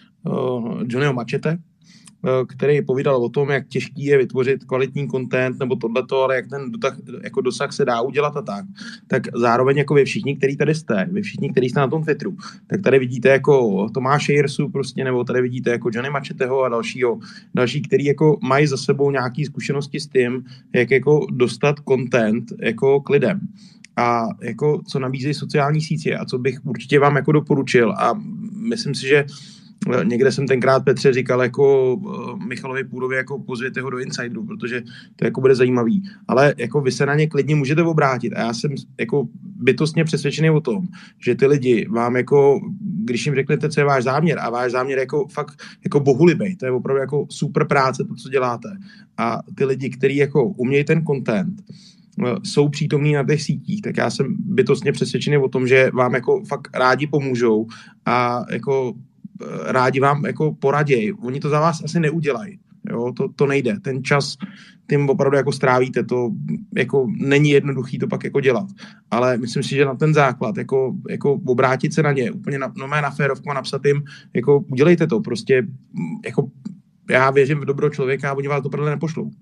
uh, Johnnyho Machete, uh, který povídal o tom, jak těžký je vytvořit kvalitní content nebo tohleto, ale jak ten dotah, jako dosah se dá udělat a tak. Tak zároveň jako vy všichni, kteří tady jste, vy všichni, kteří jste na tom Twitteru, tak tady vidíte jako Tomáše Jirsu prostě, nebo tady vidíte jako Johnny Macheteho a dalšího, další, který jako mají za sebou nějaké zkušenosti s tím, jak jako dostat content jako k lidem. A jako co nabízejí sociální sítě a co bych určitě vám jako doporučil a myslím si, že někde jsem tenkrát Petře říkal jako Michalovi Půdovi, jako pozvěte ho do Insideru, protože to jako bude zajímavý. Ale jako vy se na ně klidně můžete obrátit a já jsem jako bytostně přesvědčený o tom, že ty lidi vám jako, když jim řeknete, co je váš záměr a váš záměr jako fakt jako bohulibej, to je opravdu jako super práce to, co děláte. A ty lidi, kteří jako umějí ten content, jsou přítomní na těch sítích, tak já jsem bytostně přesvědčený o tom, že vám jako fakt rádi pomůžou a jako rádi vám jako poradějí. Oni to za vás asi neudělají. Jo? To, to nejde. Ten čas tím opravdu jako strávíte. To jako není jednoduchý to pak jako dělat. Ale myslím si, že na ten základ jako, jako obrátit se na ně úplně na, no mé na férovku a napsat jim, jako udělejte to. Prostě jako já věřím v dobro člověka a oni vás to opravdu nepošlou.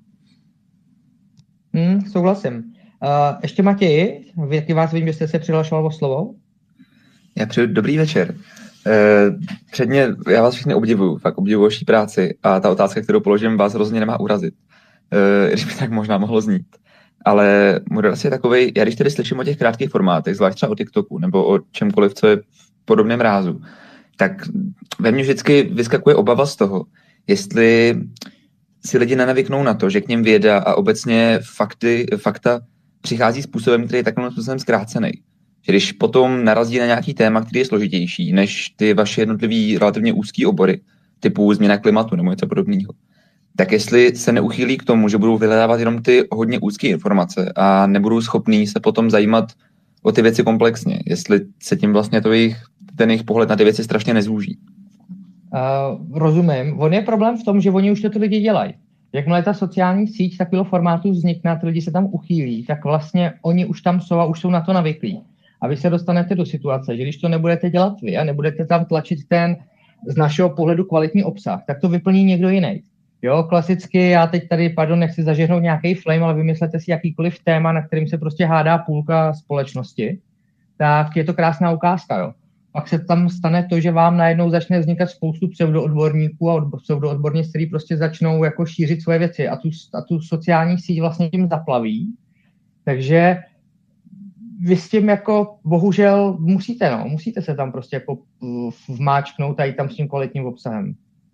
Hmm, souhlasím. Uh, ještě Matěj, jaký vás vím, že jste se přihlašoval o slovo? Já přeju dobrý večer. Uh, předně já vás všichni obdivuju, fakt obdivuju vaší práci a ta otázka, kterou položím, vás hrozně nemá urazit. Uh, když by tak možná mohlo znít. Ale můj dotaz je takovej, já když tedy slyším o těch krátkých formátech, zvlášť třeba o TikToku nebo o čemkoliv, co je v podobném rázu, tak ve mně vždycky vyskakuje obava z toho, jestli si lidi nenavyknou na to, že k něm věda a obecně fakty, fakta přichází způsobem, který je takovým způsobem zkrácený. Že když potom narazí na nějaký téma, který je složitější než ty vaše jednotlivý relativně úzký obory, typu změna klimatu nebo něco podobného, tak jestli se neuchýlí k tomu, že budou vyhledávat jenom ty hodně úzké informace a nebudou schopní se potom zajímat o ty věci komplexně, jestli se tím vlastně to jejich, ten jejich pohled na ty věci strašně nezúží. Uh, rozumím. On je problém v tom, že oni už to ty lidi dělají. Jakmile ta sociální síť takového formátu vznikne, ty lidi se tam uchýlí, tak vlastně oni už tam jsou a už jsou na to navyklí. A vy se dostanete do situace, že když to nebudete dělat vy a nebudete tam tlačit ten z našeho pohledu kvalitní obsah, tak to vyplní někdo jiný. Jo, klasicky, já teď tady, pardon, nechci zažehnout nějaký flame, ale vymyslete si jakýkoliv téma, na kterým se prostě hádá půlka společnosti, tak je to krásná ukázka, jo. Pak se tam stane to, že vám najednou začne vznikat spoustu pseudoodborníků a pseudoodborníci, kteří prostě začnou jako šířit svoje věci a tu, a tu sociální síť vlastně tím zaplaví. Takže vy s tím jako bohužel musíte, no, musíte se tam prostě jako vmáčknout a jít tam s tím kvalitním obsahem.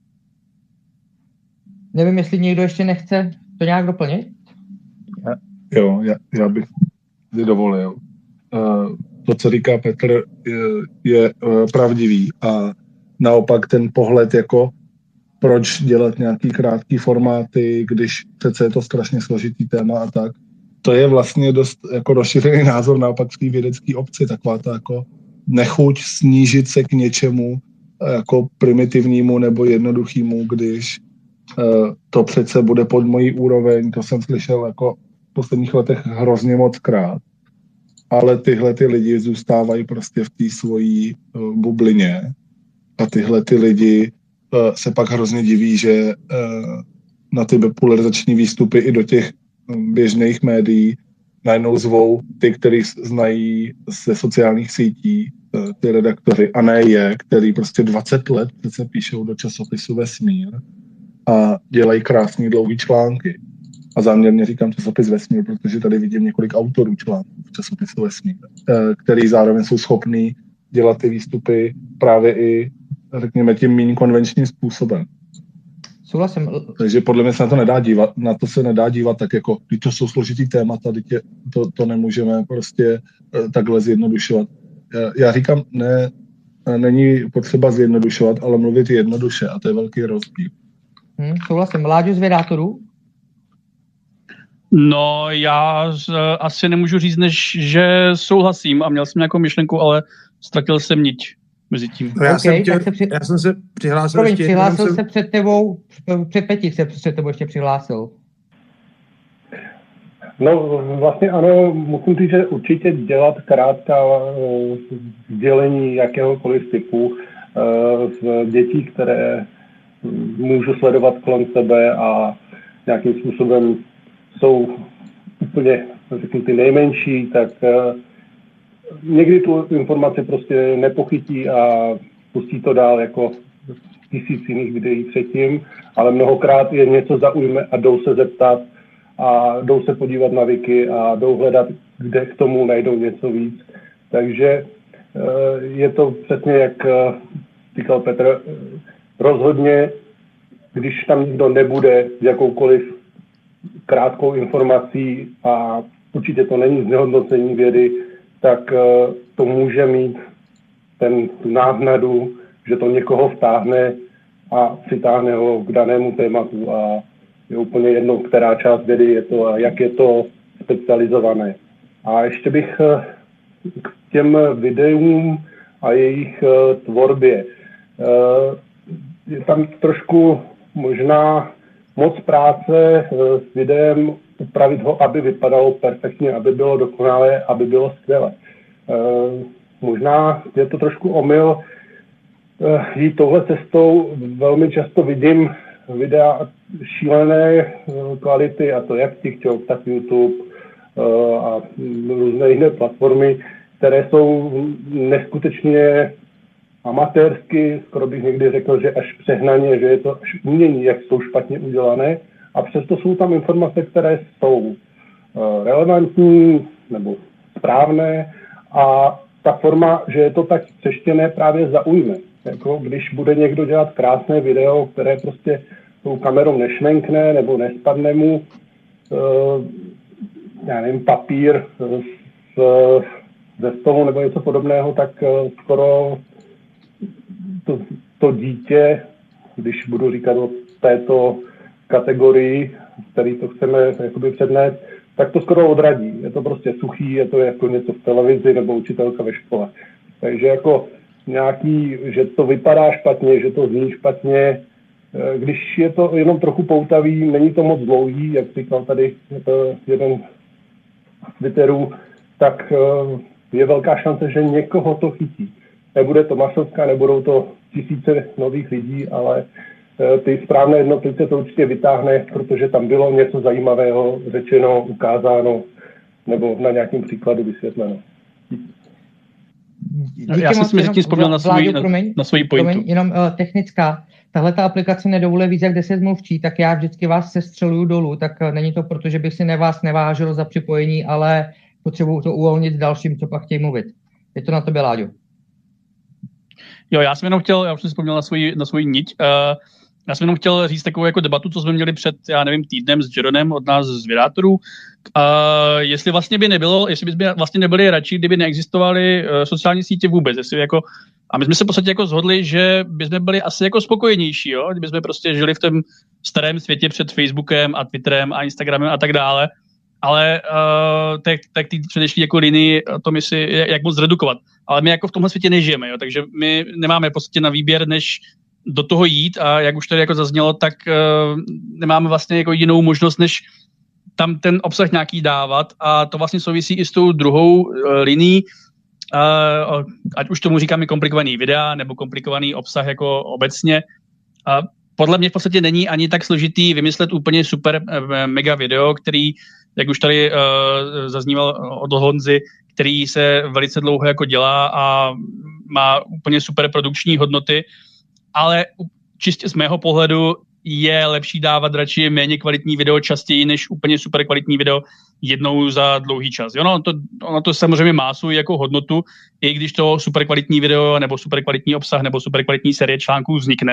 Nevím, jestli někdo ještě nechce to nějak doplnit? Jo, já, já bych si dovolil. Uh, to, co říká Petr, je, je uh, pravdivý a naopak ten pohled jako proč dělat nějaký krátký formáty, když přece je to strašně složitý téma a tak. To je vlastně dost jako rozšířený názor naopak v té vědecké obci, taková ta jako nechuť snížit se k něčemu jako primitivnímu nebo jednoduchýmu, když uh, to přece bude pod mojí úroveň, to jsem slyšel jako v posledních letech hrozně moc krát. Ale tyhle ty lidi zůstávají prostě v té svojí uh, bublině a tyhle ty lidi uh, se pak hrozně diví, že uh, na ty popularizační výstupy i do těch um, běžných médií najednou zvou ty, který znají ze sociálních sítí, uh, ty redaktory, a ne je, který prostě dvacet let přece píšou do časopisu Vesmír a dělají krásný dlouhý články. A záměrně říkám časopis Vesmír, protože tady vidím několik autorů článků v časopisu Vesmír, který zároveň jsou schopní dělat ty výstupy právě i, řekněme, tím méně konvenčním způsobem. Souhlasím. Takže podle mě se na to nedá dívat, na to se nedá dívat tak jako, když to jsou složitý témata, je, to, to nemůžeme prostě takhle zjednodušovat. Já, já říkám, ne, není potřeba zjednodušovat, ale mluvit jednoduše a to je velký rozdíl. Hmm, souhlasím. Láďo z Vědátorů? No, já z, asi nemůžu říct, než že souhlasím a měl jsem nějakou myšlenku, ale ztratil jsem niť mezi tím. No, já, okay, jsem chtěl, se při... já jsem se přihlásil Promiň, ještě... přihlásil jsem... se před tebou, před Petí se před tebou ještě přihlásil. No vlastně ano, musím říct, že určitě dělat krátká uh, sdělení jakéhokoliv typu uh, z dětí, které můžu sledovat kolem sebe a nějakým způsobem jsou úplně, řeknu, ty nejmenší, tak uh, někdy tu informaci prostě nepochytí a pustí to dál jako tisíc jiných videí předtím, ale mnohokrát je něco zaujme a jdou se zeptat a jdou se podívat na wiki a jdou hledat, kde k tomu najdou něco víc. Takže je to přesně, jak říkal Petr, rozhodně, když tam nikdo nebude s jakoukoliv krátkou informací a určitě to není znehodnocení vědy, tak to může mít ten náhnadu, že to někoho vtáhne a přitáhne ho k danému tématu a je úplně jedno, která část vědy je to a jak je to specializované. A ještě bych k těm videům a jejich tvorbě. Je tam trošku možná moc práce s videem upravit ho, aby vypadalo perfektně, aby bylo dokonalé, aby bylo skvělé. Možná je to trošku omyl jít touhle cestou. Velmi často vidím videa šílené kvality, a to jak TikTok, tak YouTube a různé jiné platformy, které jsou neskutečně amatérsky, skoro bych někdy řekl, že až přehnaně, že je to až umění, jak jsou špatně udělané, a přesto jsou tam informace, které jsou relevantní nebo správné a ta forma, že je to tak přeštěné, právě zaujme. Jako když bude někdo dělat krásné video, které prostě tou kamerou nešmenkne nebo nespadne mu, uh, já nevím, papír z, ze stolu nebo něco podobného, tak uh, skoro to, to dítě, když budu říkat o této kategorii, který to chceme jakoby přednést, tak to skoro odradí. Je to prostě suchý, je to jako něco v televizi nebo učitelka ve škole. Takže jako nějaký, že to vypadá špatně, že to zní špatně, když je to jenom trochu poutavý, není to moc dlouhý, jak říkal tady jeden z Twitterů, tak je velká šance, že někoho to chytí. Nebude to masovka, nebudou to tisíce nových lidí, ale ty správné jednotlivce to určitě vytáhne, protože tam bylo něco zajímavého řečeno, ukázáno nebo na nějakém příkladu vysvětleno. Díky Já jsem si mezi tím vzpomněl na, svůj, na, na svoji pointu. Promiň, jenom uh, technická. Tahle ta aplikace nedovoluje víc jak deset mluvčí, tak já vždycky vás sestřeluju dolů, tak uh, není to proto, že bych si ne vás nevážil za připojení, ale potřebuju to uvolnit dalším, co pak chtějí mluvit. Je to na tobě, Láďo. Jo, já jsem jenom chtěl, já už jsem vzpomněl na svoji, na svoji niť, uh, já jsem jenom chtěl říct takovou jako debatu, co jsme měli před, já nevím, týdnem s Jeronem od nás z Vědátorů. Uh, jestli vlastně by nebylo, jestli bychom vlastně nebyli radši, kdyby neexistovaly uh, sociální sítě vůbec. Jestli jako, a my jsme se v podstatě jako shodli, že bychom byli asi jako spokojenější, jo? Kdyby jsme prostě žili v tom starém světě před Facebookem a Twitterem a Instagramem a tak dále. Ale uh, tak, tak ty předešlý jako linii, to my si, jak moc zredukovat. Ale my jako v tomhle světě nežijeme, jo? Takže my nemáme v podstatě na výběr, než do toho jít, a jak už tady jako zaznělo, tak uh, nemáme vlastně jako jinou možnost, než tam ten obsah nějaký dávat, a to vlastně souvisí i s tou druhou uh, linií, uh, ať už tomu říkáme komplikovaný videa nebo komplikovaný obsah jako obecně. Uh, podle mě v podstatě není ani tak složitý vymyslet úplně super uh, mega video, který, jak už tady uh, zazníval od Honzy, který se velice dlouho jako dělá a má úplně super produkční hodnoty, ale čistě z mého pohledu je lepší dávat radši méně kvalitní video častěji, než úplně super kvalitní video jednou za dlouhý čas. Jo, no, to, ono to samozřejmě má svou jako hodnotu, i když to super kvalitní video nebo super kvalitní obsah nebo super kvalitní série článků vznikne,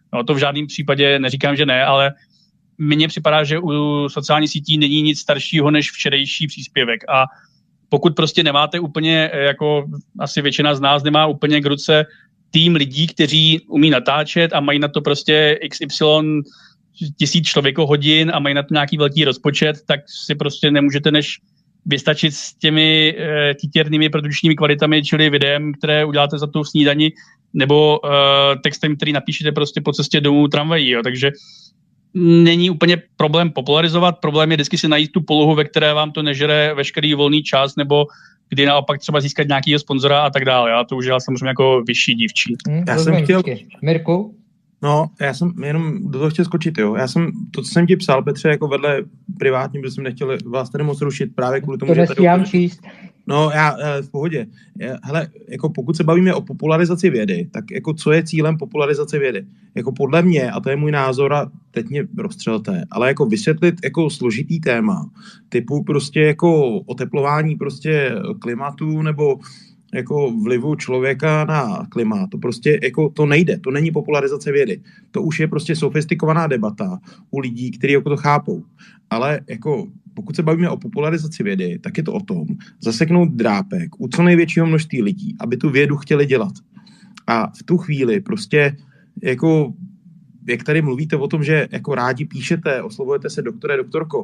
No, to v žádném případě neříkám, že ne, ale mně připadá, že u sociálních sítí není nic staršího než včerejší příspěvek a pokud prostě nemáte úplně, jako asi většina z nás nemá úplně k ruce tým lidí, kteří umí natáčet a mají na to prostě iks ypsilon tisíc člověkohodin a mají na to nějaký velký rozpočet, tak si prostě nemůžete než vystačit s těmi e, titěrnými produkčními kvalitami, čili videem, které uděláte za tu snídani, nebo e, textem, který napíšete prostě po cestě domů tramvají. Jo. Takže není úplně problém popularizovat, problém je vždycky si najít tu polohu, ve které vám to nežere veškerý volný čas, nebo kdy naopak třeba získat nějakýho sponzora a tak dále. Já to už dělal samozřejmě jako vyšší dívčí. Hmm, já jsem chtěl... Mirku? No, já jsem jenom do toho chtěl skočit, jo. Já jsem, to, co jsem ti psal, Petře, jako vedle privátní, protože jsem nechtěl vás tady moc rušit právě kvůli tomu, to že tady... To číst. No, já v pohodě. Já, hele, jako pokud se bavíme o popularizaci vědy, tak jako co je cílem popularizace vědy? Jako podle mě, a to je můj názor a teď mě rozstřelte, ale jako vysvětlit jako složitý téma, typu prostě jako oteplování prostě klimatu nebo jako vlivu člověka na klima. To prostě jako to nejde. To není popularizace vědy. To už je prostě sofistikovaná debata u lidí, kteří jako to chápou. Ale jako pokud se bavíme o popularizaci vědy, tak je to o tom zaseknout drápek u co největšího množství lidí, aby tu vědu chtěli dělat. A v tu chvíli prostě jako jak tady mluvíte o tom, že jako rádi píšete, oslovujete se doktore, doktorko,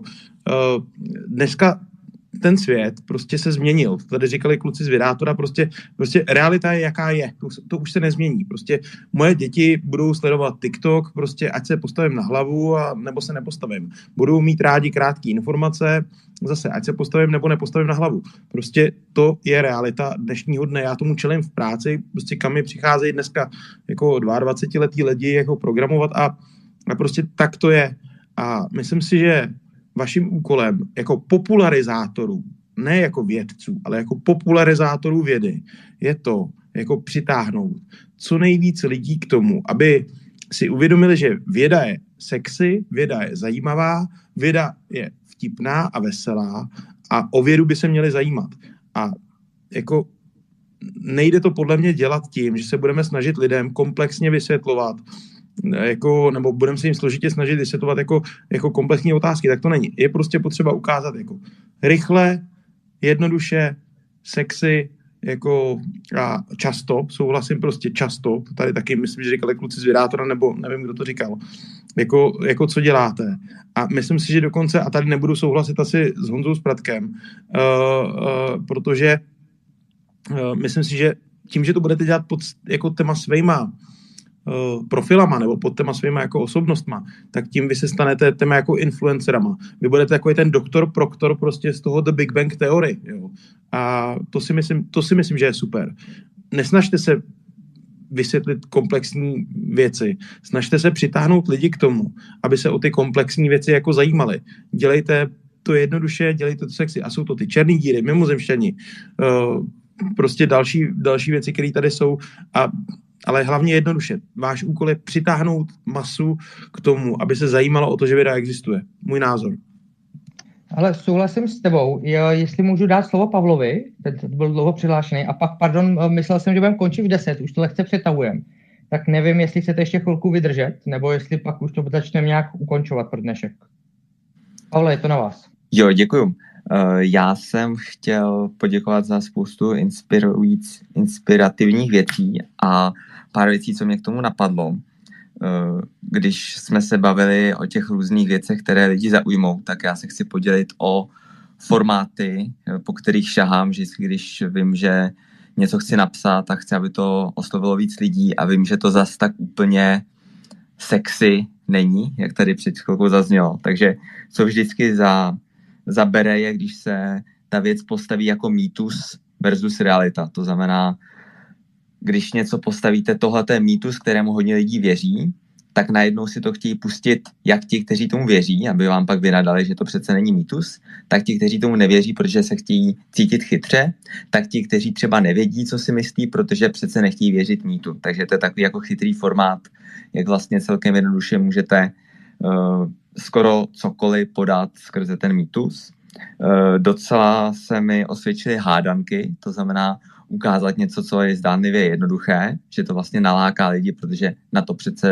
dneska ten svět prostě se změnil. To tady říkali kluci z Vydátora, prostě, prostě realita je, jaká je. To, to už se nezmění. Prostě moje děti budou sledovat TikTok, prostě ať se postavím na hlavu, a, nebo se nepostavím. Budou mít rádi krátké informace, zase ať se postavím nebo nepostavím na hlavu. Prostě to je realita dnešního dne. Já tomu čelím v práci, prostě kam mi přicházejí dneska jako dvacetiletí lidi jako programovat a, a prostě tak to je. A myslím si, že vaším úkolem jako popularizátorů, ne jako vědců, ale jako popularizátorů vědy, je to jako přitáhnout co nejvíc lidí k tomu, aby si uvědomili, že věda je sexy, věda je zajímavá, věda je vtipná a veselá a o vědu by se měli zajímat. A jako nejde to podle mě dělat tím, že se budeme snažit lidem komplexně vysvětlovat, jako, nebo budeme se jim složitě snažit vysvětlovat jako, jako komplexní otázky, tak to není. Je prostě potřeba ukázat jako rychle, jednoduše, sexy, jako a často, souhlasím prostě často, to tady taky myslím, že říkali kluci z Vydátora, nebo nevím, kdo to říkal, jako, jako co děláte. A myslím si, že dokonce, a tady nebudu souhlasit asi s Honzou Spratkem, uh, uh, protože uh, myslím si, že tím, že to budete dělat pod jako téma svejma profilama nebo pod téma svýma jako osobnostma, tak tím vy se stanete téma jako influencerama. Vy budete jako ten doktor proktor prostě z toho The Big Bang Theory. Jo. A to si, myslím, to si myslím, že je super. Nesnažte se vysvětlit komplexní věci. Snažte se přitáhnout lidi k tomu, aby se o ty komplexní věci jako zajímali. Dělejte to jednoduše, dělejte to sexy. A jsou to ty černý díry, mimozemšťani, prostě další, další věci, které tady jsou a ale hlavně jednoduše. Váš úkol je přitáhnout masu k tomu, aby se zajímalo o to, že věda existuje. Můj názor. Ale souhlasím s tebou. Jestli můžu dát slovo Pavlovi, ten byl dlouho přihlášený, a pak, pardon, myslel jsem, že budeme končit v deset, už to lehce přetahujem. Tak nevím, jestli chcete ještě chvilku vydržet, nebo jestli pak už to začneme nějak ukončovat pro dnešek. Pavle, je to na vás. Jo, děkuju. Já jsem chtěl poděkovat za spoustu inspirujíc, inspirativních věcí a pár věcí, co mě k tomu napadlo. Když jsme se bavili o těch různých věcech, které lidi zaujmou, tak já se chci podělit o formáty, po kterých šahám, že když vím, že něco chci napsat a chci, aby to oslovilo víc lidí a vím, že to zas tak úplně sexy není, jak tady před chvilkou zaznělo. Takže co vždycky za zabere je, když se ta věc postaví jako mýtus versus realita. To znamená, když něco postavíte, tohle je mýtus, kterému hodně lidí věří, tak najednou si to chtějí pustit jak ti, kteří tomu věří, aby vám pak vynadali, že to přece není mýtus, tak ti, kteří tomu nevěří, protože se chtějí cítit chytře, tak ti, kteří třeba nevědí, co si myslí, protože přece nechtějí věřit mýtu. Takže to je takový jako chytrý formát, jak vlastně celkem jednoduše můžete uh, skoro cokoliv podat skrze ten mýtus. Uh, docela se mi osvědčily hádanky, to znamená ukázat něco, co je zdánlivě jednoduché, že to vlastně naláká lidi, protože na to přece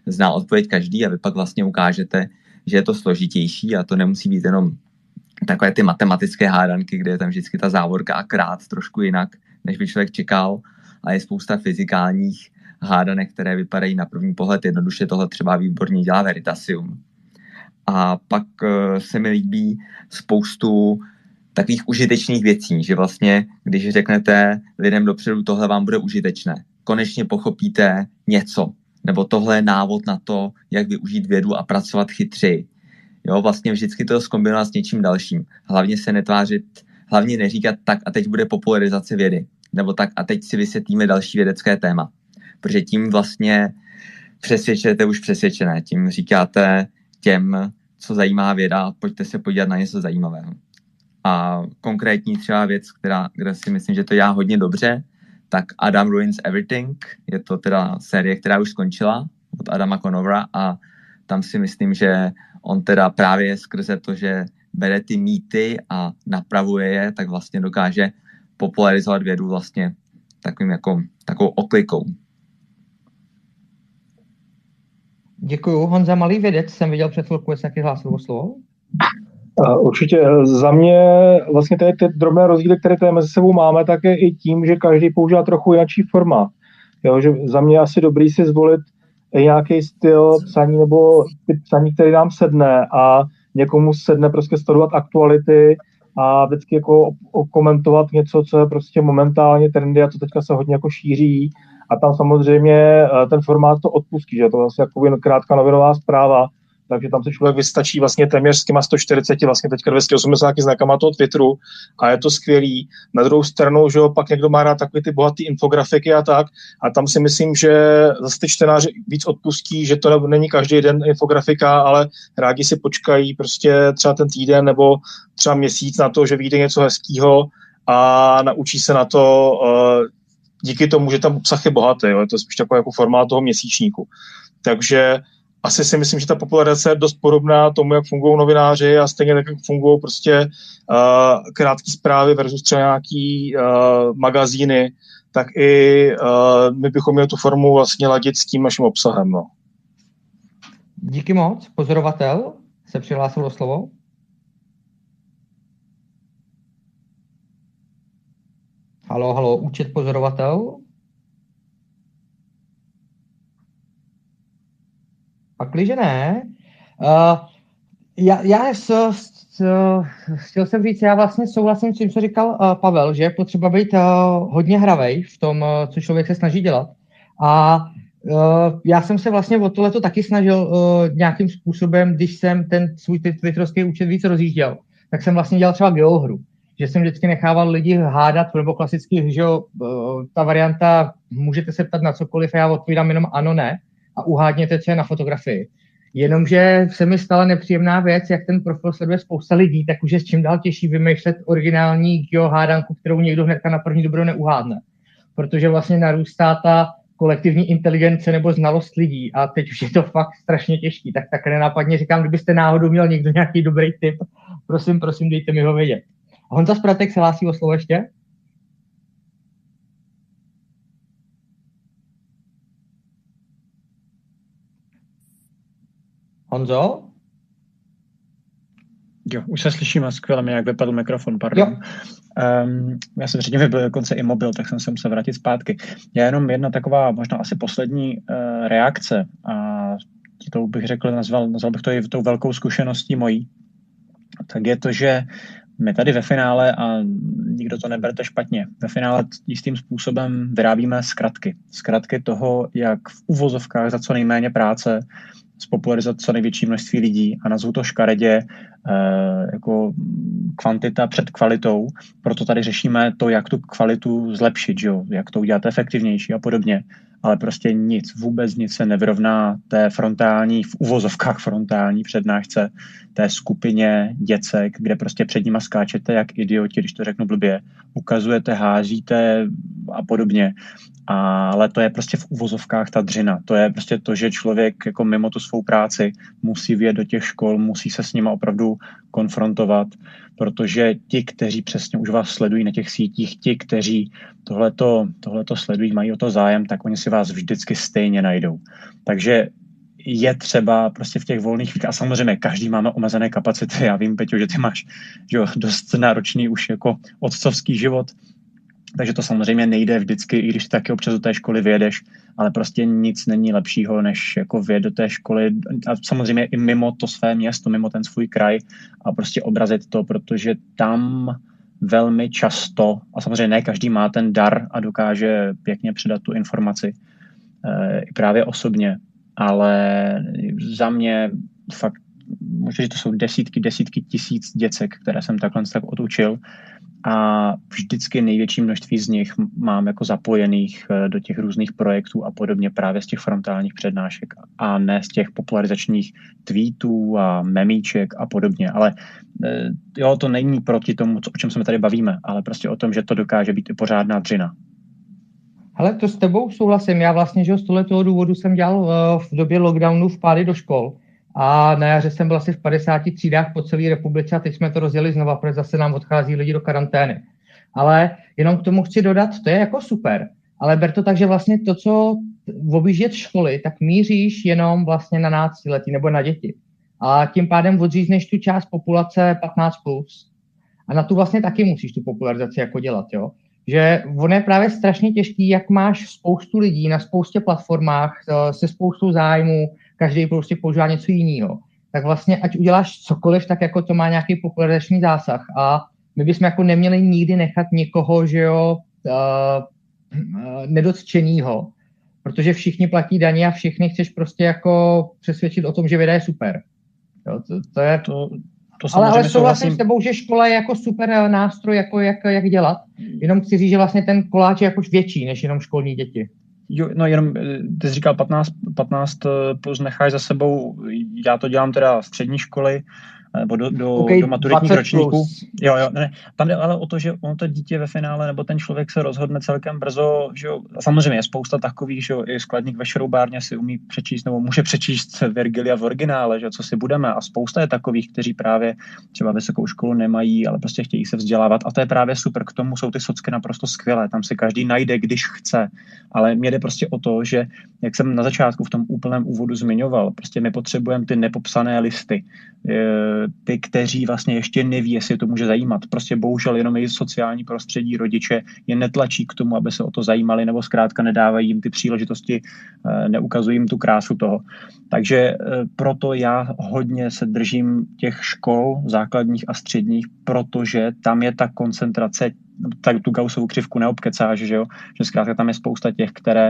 znal odpověď každý a vy pak vlastně ukážete, že je to složitější a to nemusí být jenom takové ty matematické hádanky, kde je tam vždycky ta závorka akrát trošku jinak, než by člověk čekal, a je spousta fyzikálních hádanek, které vypadají na první pohled jednoduše. Tohle třeba výborně dělá Veritasium. A pak uh, se mi líbí spoustu takových užitečných věcí, že vlastně, když řeknete lidem dopředu, tohle vám bude užitečné, konečně pochopíte něco, nebo tohle je návod na to, jak využít vědu a pracovat chytřeji. Jo, vlastně vždycky to zkombinovat s něčím dalším. Hlavně se netvářit, hlavně neříkat tak a teď bude popularizace vědy, nebo tak a teď si vysvětlíme další vědecké téma. Protože tím vlastně přesvědčujete už přesvědčené. Tím říkáte těm, co zajímá věda, pojďte se podívat na něco zajímavého. A konkrétní třeba věc, která, kde si myslím, že to dělá hodně dobře, tak Adam Ruins Everything. Je to teda série, která už skončila od Adama Conovera a tam si myslím, že on teda právě skrze to, že bere ty mýty a napravuje je, tak vlastně dokáže popularizovat vědu vlastně takovým jako, takovou oklikou. Děkuju. Honza, malý vědec, jsem viděl před chvilkou, jestli taky hlásil o slovo. Určitě. Za mě vlastně ty, ty drobné rozdíly, které tady mezi sebou máme, tak je i tím, že každý používá trochu jiný formát. Jo, že za mě je asi dobrý si zvolit nějaký styl psaní nebo typ psaní, který nám sedne a někomu sedne prostě studovat aktuality a vždycky jako komentovat něco, co je prostě momentálně trendy a co teďka se hodně jako šíří. A tam samozřejmě ten formát to odpustí, že to je vlastně jako krátká novinová zpráva, takže tam se člověk vystačí vlastně téměř s těma sto čtyřicet, vlastně teďka dvě stě osmdesát znakama toho Twitteru a je to skvělý. Na druhou stranu, že jo, pak někdo má rád takový ty bohatý infografiky a tak a tam si myslím, že zase ty čtenáři víc odpustí, že to není každý den infografika, ale rádi si počkají prostě třeba ten týden nebo třeba měsíc na to, že vyjde něco hezkýho a naučí se na to díky tomu, že tam obsah je bohatý, jo, je to spíš takový jako formát toho měsíčníku. Takže asi si myslím, že ta popularizace je dost podobná tomu, jak fungují novináři a stejně tak, jak fungují prostě uh, krátké zprávy versus třeba nějaký uh, magazíny, tak i uh, my bychom měli tu formu vlastně ladit s tím naším obsahem. No. Díky moc. Pozorovatel se přihlásil o slovo. Halo, halo, účet pozorovatel. Pakliže ne, uh, já, já s, s, chtěl jsem říct, já vlastně souhlasím s tím, co říkal uh, Pavel, že je potřeba být uh, hodně hravej v tom, uh, co člověk se snaží dělat. A uh, já jsem se vlastně o tohleto taky snažil uh, nějakým způsobem, když jsem ten svůj twitterovský účet víc rozjížděl, tak jsem vlastně dělal třeba geohru. Že jsem vždycky nechával lidi hádat, nebo klasicky, že jo, uh, ta varianta, můžete se ptat na cokoliv a já odpovídám jenom ano, ne. A uhádněte, co je na fotografii. Jenomže se mi stala nepříjemná věc, jak ten profil sleduje spousta lidí, tak už je s čím dál těžší vymýšlet originální geohádanku, kterou někdo hnedka na první dobro neuhádne. Protože vlastně narůstá ta kolektivní inteligence nebo znalost lidí a teď už je to fakt strašně těžký. Tak tak nenápadně říkám, kdybyste náhodou měl někdo nějaký dobrý tip, prosím, prosím, dejte mi ho vědět. Honza Spratek se hlásí o slovo ještě? Honzo? Jo, už se slyšíme, skvěle mi, jak vypadl mikrofon, pardon. Um, já jsem předtím vybil dokonce i mobil, tak jsem se musel vrátit zpátky. Já jenom jedna taková, možná asi poslední uh, reakce, a to bych řekl, nazval, nazval bych to i tou velkou zkušeností mojí, tak je to, že my tady ve finále, a nikdo to neberte špatně, ve finále jistým způsobem vyrábíme zkratky. Zkratky toho, jak v uvozovkách za co nejméně práce spopularizovat co největší množství lidí a nazvu to škaredě eh, jako kvantita před kvalitou. Proto tady řešíme to, jak tu kvalitu zlepšit, že jo? Jak to udělat efektivnější a podobně. Ale prostě nic, vůbec nic se nevyrovná té frontální, v uvozovkách frontální přednášce, té skupině děcek, kde prostě před nima skáčete jak idioti, když to řeknu blbě, ukazujete, házíte a podobně. Ale to je prostě v uvozovkách ta dřina. To je prostě to, že člověk jako mimo tu svou práci musí vyjet do těch škol, musí se s nima opravdu konfrontovat, protože ti, kteří přesně už vás sledují na těch sítích, ti, kteří tohleto, tohleto sledují, mají o to zájem, tak oni si vás vždycky stejně najdou. Takže je třeba prostě v těch volných chvílích, a samozřejmě každý máme omezené kapacity, já vím, Peťo, že ty máš že jo, dost náročný už jako otcovský život, takže to samozřejmě nejde vždycky, i když taky občas do té školy vyjedeš, ale prostě nic není lepšího, než jako vyjet do té školy a samozřejmě i mimo to své město, mimo ten svůj kraj a prostě obrazit to, protože tam velmi často, a samozřejmě ne každý má ten dar a dokáže pěkně předat tu informaci i právě osobně, ale za mě fakt, možná, že to jsou desítky, desítky tisíc děcek, které jsem takhle tak odučil a vždycky největší množství z nich mám jako zapojených do těch různých projektů a podobně právě z těch frontálních přednášek a ne z těch popularizačních tweetů a memíček a podobně, ale jo, to není proti tomu, o čem se tady bavíme, ale prostě o tom, že to dokáže být i pořádná dřina. Hele, to s tebou souhlasím. Já vlastně, že z tohoto důvodu jsem dělal uh, v době lockdownu vpády do škol a na jaře jsem byl asi v padesáti třídách po celé republice a teď jsme to rozjeli znova, protože zase nám odchází lidi do karantény. Ale jenom k tomu chci dodat, to je jako super, ale ber to tak, že vlastně to, co objíždět školy, tak míříš jenom vlastně na náctiletí nebo na děti. A tím pádem odřízneš tu část populace patnáct plus. A na tu vlastně taky musíš tu popularizaci jako dělat, jo. Že ono je právě strašně těžký, jak máš spoustu lidí na spoustě platformách se spoustou zájmů, každý prostě používá něco jiného. Tak vlastně, ať uděláš cokoliv, tak jako to má nějaký popularizační zásah. A my bychom jako neměli nikdy nechat někoho, že jo, uh, uh, nedotčenýho, protože všichni platí daně a všichni chceš prostě jako přesvědčit o tom, že věda je super. Jo, to, to je... To... To ale, ale souhlasím s tebou, že škola je jako super nástroj, jako jak, jak dělat. Jenom chci říct, že vlastně ten koláč je jako větší než jenom školní děti. Jo, no jenom, ty jsi říkal patnáct, patnáct plus necháš za sebou, já to dělám teda střední školy, nebo do, do, okay, do maturitních ročníků. Jo, jo, ne, tam jde ale o to, že ono to dítě ve finále, nebo ten člověk se rozhodne celkem brzo, že jo, samozřejmě je spousta takových, že jo, i skladník ve šroubárně si umí přečíst, nebo může přečíst Vergilia v originále, že jo, co si budeme, a spousta je takových, kteří právě třeba vysokou školu nemají, ale prostě chtějí se vzdělávat, a to je právě super, k tomu jsou ty socky naprosto skvělé, tam si každý najde, když chce, ale mě jde prostě o to, že, jak jsem na začátku v tom úplném úvodu zmiňoval, prostě my potřebujeme ty nepopsané listy, ty, kteří vlastně ještě neví, jestli to může zajímat. Prostě bohužel jenom jejich sociální prostředí, rodiče je netlačí k tomu, aby se o to zajímali, nebo zkrátka nedávají jim ty příležitosti, neukazují jim tu krásu toho. Takže proto já hodně se držím těch škol základních a středních, protože tam je ta koncentrace, tak tu Gaussovu křivku neobkecáš, že jo? Že zkrátka tam je spousta těch, které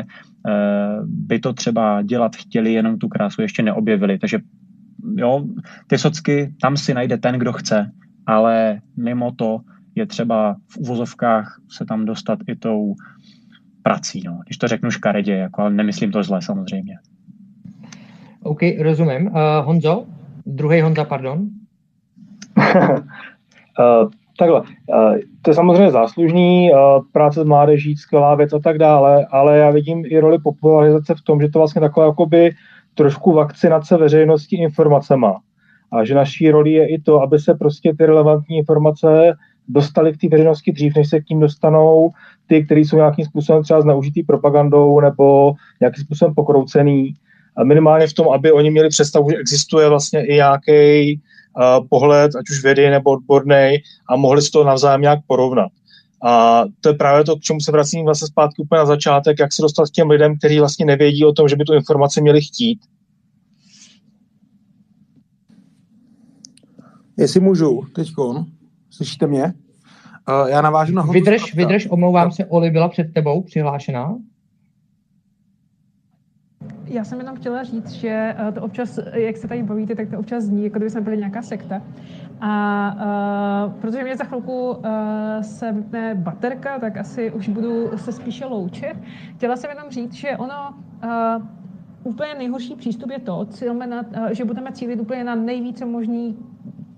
by to třeba dělat chtěli, jenom tu krásu ještě neobjevili. Takže jo, ty socky, tam si najde ten, kdo chce, ale mimo to je třeba v uvozovkách se tam dostat i tou prací, no. Když to řeknu škaredě, jako, ale nemyslím to zle samozřejmě. OK, rozumím. Uh, Honzo? Druhý Honza, pardon. uh, takhle, uh, to je samozřejmě záslužný, uh, práce s mládeží, skvělá věc a tak dále, ale já vidím i roli popularizace v tom, že to vlastně takové jakoby trošku vakcinace veřejnosti informacema. A že naší roli je i to, aby se prostě ty relevantní informace dostaly k té veřejnosti dřív, než se k tím dostanou ty, kteří jsou nějakým způsobem třeba zneužitý propagandou nebo nějakým způsobem pokroucený. A minimálně v tom, aby oni měli představu, že existuje vlastně i nějaký uh, pohled, ať už vědy nebo odborný, a mohli si to navzájem nějak porovnat. A to je právě to, k čemu se vracím vlastně zpátky úplně na začátek, jak se dostat k těm lidem, kteří vlastně nevědí o tom, že by tu informaci měli chtít. Jestli můžu, teďkon, slyšíte mě? Uh, já navážu na... Vydrž, vydrž, omlouvám se, Oli byla před tebou přihlášená. Já jsem jenom chtěla říct, že to občas, jak se tady bavíte, tak to občas zní, jako kdyby jsme byli nějaká sekta. A uh, protože mě za chvilku uh, se vypne baterka, tak asi už budu se spíše loučit. Chtěla jsem jenom říct, že ono, uh, úplně nejhorší přístup je to, na, uh, že budeme cílit úplně na nejvíce možný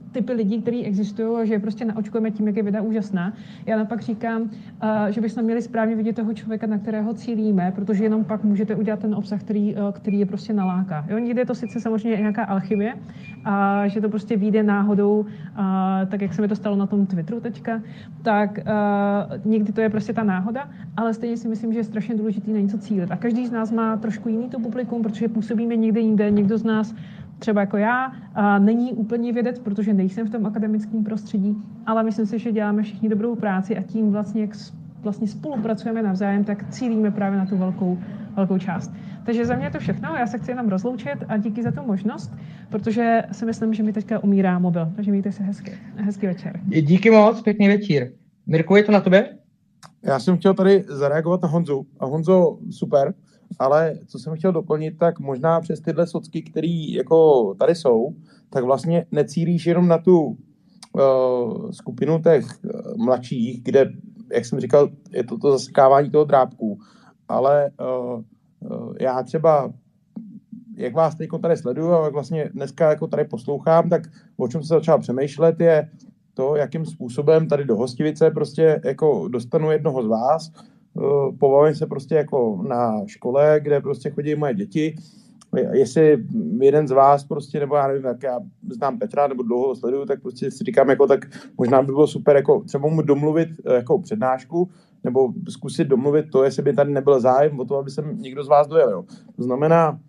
typy lidí, kteří existují a že je prostě naočkujeme tím, jak je věda úžasná. Já naopak říkám, uh, že bychom měli správně vidět toho člověka, na kterého cílíme, protože jenom pak můžete udělat ten obsah, který, uh, který je prostě naláká. Jo, někdy je to sice samozřejmě nějaká alchymie, a že to prostě vyjde náhodou, uh, tak jak se mi to stalo na tom Twitteru teďka, tak uh, někdy to je prostě ta náhoda, ale stejně si myslím, že je strašně důležitý na něco cílit. A každý z nás má trošku jiný to publikum, protože působíme někde jinde, někdo z nás třeba jako já, a není úplně vědec, protože nejsem v tom akademickém prostředí, ale myslím si, že děláme všichni dobrou práci a tím vlastně, jak vlastně spolupracujeme navzájem, tak cílíme právě na tu velkou, velkou část. Takže za mě je to všechno, já se chci jenom rozloučit a díky za tu možnost, protože si myslím, že mi teďka umírá mobil, takže mějte se hezky. Hezký večer. Díky moc, pěkný večer. Mirku, je to na tobě? Já jsem chtěl tady zareagovat na Honzu. A Honzo, super, ale co jsem chtěl doplnit, tak možná přes tyhle socky, které jako tady jsou, tak vlastně necílíš jenom na tu uh, skupinu těch uh, mladších, kde, jak jsem říkal, je to to zasekávání toho drápku, ale uh, uh, já třeba, jak vás teď tady sleduju a jak vlastně dneska jako tady poslouchám, tak o čem se začal přemýšlet je to, jakým způsobem tady do Hostivice prostě jako dostanu jednoho z vás, pobavím se prostě jako na škole, kde prostě chodí moje děti, jestli jeden z vás prostě, nebo já nevím, jak já znám Petra, nebo dlouho ho sleduju, tak prostě si říkám, jako tak možná by bylo super jako třeba mu domluvit jako přednášku, nebo zkusit domluvit to, jestli by tady nebyl zájem o to, aby sem někdo z vás dojel. Jo. To znamená,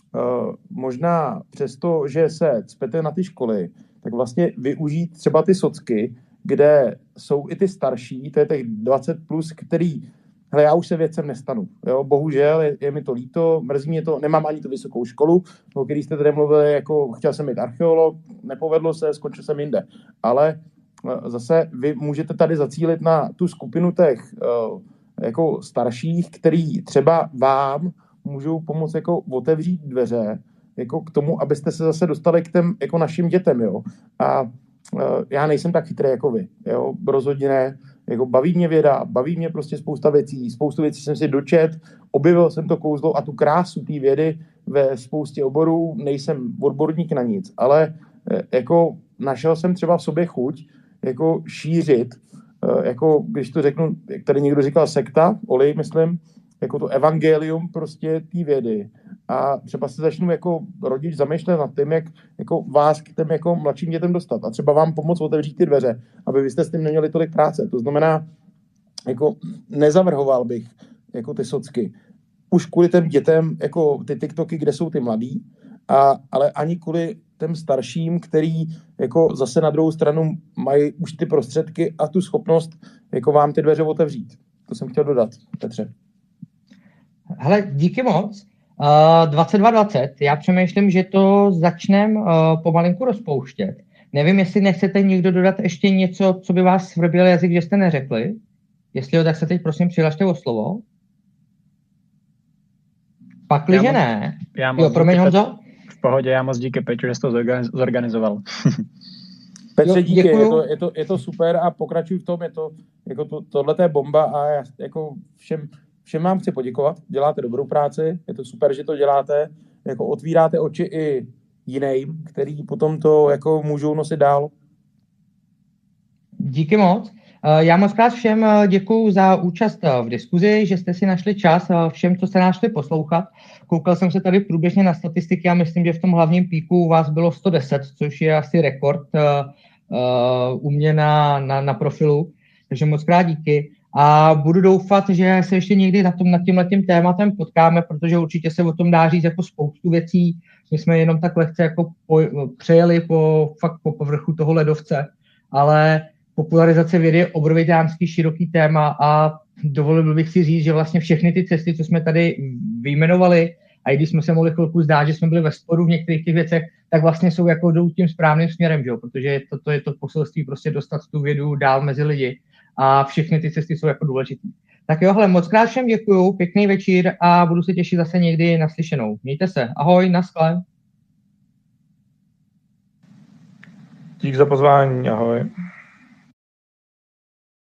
možná přesto, že se cpete na ty školy, tak vlastně využít třeba ty socky, kde jsou i ty starší, to je těch dvacet plus, který, hele, já už se věcem nestanu, jo, bohužel, je, je mi to líto, mrzí mě to, nemám ani tu vysokou školu, o který jste tady mluvili, jako chtěl jsem být archeolog, nepovedlo se, skončil jsem jinde, ale zase vy můžete tady zacílit na tu skupinu těch jako starších, který třeba vám můžou pomoct jako otevřít dveře, jako k tomu, abyste se zase dostali k těm jako našim dětem, jo. A uh, já nejsem tak chytrý jako vy, jo, rozhodně ne. Jako baví mě věda, baví mě prostě spousta věcí, spoustu věcí jsem si dočet, objevil jsem to kouzlo a tu krásu té vědy ve spoustě oborů, nejsem odborník na nic, ale uh, jako našel jsem třeba v sobě chuť, jako šířit, uh, jako když to řeknu, jak tady někdo říkal sekta, Oli, myslím, jako to evangelium prostě té vědy. A třeba se začnu jako rodič zamýšlet nad tím, jak jako vás k těm jako mladším dětem dostat. A třeba vám pomoct otevřít ty dveře, aby vy jste s tím neměli tolik práce. To znamená, jako nezavrhoval bych jako ty socky. Už kvůli těm dětem, jako ty TikToky, kde jsou ty mladí, a, ale ani kvůli těm starším, který jako zase na druhou stranu mají už ty prostředky a tu schopnost jako vám ty dveře otevřít. To jsem chtěl dodat, Petře. Hele, díky moc. Uh, dvacet dva dvacet, já přemýšlím, že to začneme uh, pomalinku rozpouštět. Nevím, jestli nechcete někdo dodat ještě něco, co by vás svrběl jazyk, že jste neřekli. Jestli jo, tak se teď prosím přihlašte o slovo. Pakliže ne. Já jo, promiň, Honzo. V pohodě, já moc díky, Peťu, že jsi to zorganizoval. Petře, díky, je to, je, to, je to super a pokračuj v tom, je to, jako to, tohle je bomba a já jako všem Všem vám chci poděkovat, děláte dobrou práci, je to super, že to děláte, jako otvíráte oči i jiným, který potom to jako můžou nosit dál. Díky moc. Já moc krát všem děkuju za účast v diskuzi, že jste si našli čas, všem, co jste nás šli poslouchat. Koukal jsem se tady průběžně na statistiky a myslím, že v tom hlavním píku vás bylo sto deset, což je asi rekord u mě na, na, na profilu, takže moc krát díky. A budu doufat, že se ještě někdy na tom, nad tímhletím tématem potkáme, protože určitě se o tom dá říct jako spoustu věcí. My jsme jenom tak lehce jako po, přejeli po, fakt po povrchu toho ledovce, ale popularizace vědy je obrovitánský široký téma a dovolil bych si říct, že vlastně všechny ty cesty, co jsme tady vyjmenovali, a i když jsme se mohli chvilku zdát, že jsme byli ve sporu v některých těch věcech, tak vlastně jsou jako jdou tím správným směrem, že? Protože to, to je to poselství prostě dostat tu vědu dál mezi lidi. A všechny ty cesty jsou jako důležité. Tak jo, hele, moc krát všem děkuju, pěkný večer a budu se těšit zase někdy na slyšenou. Mějte se, ahoj, naschle. Dík za pozvání, ahoj.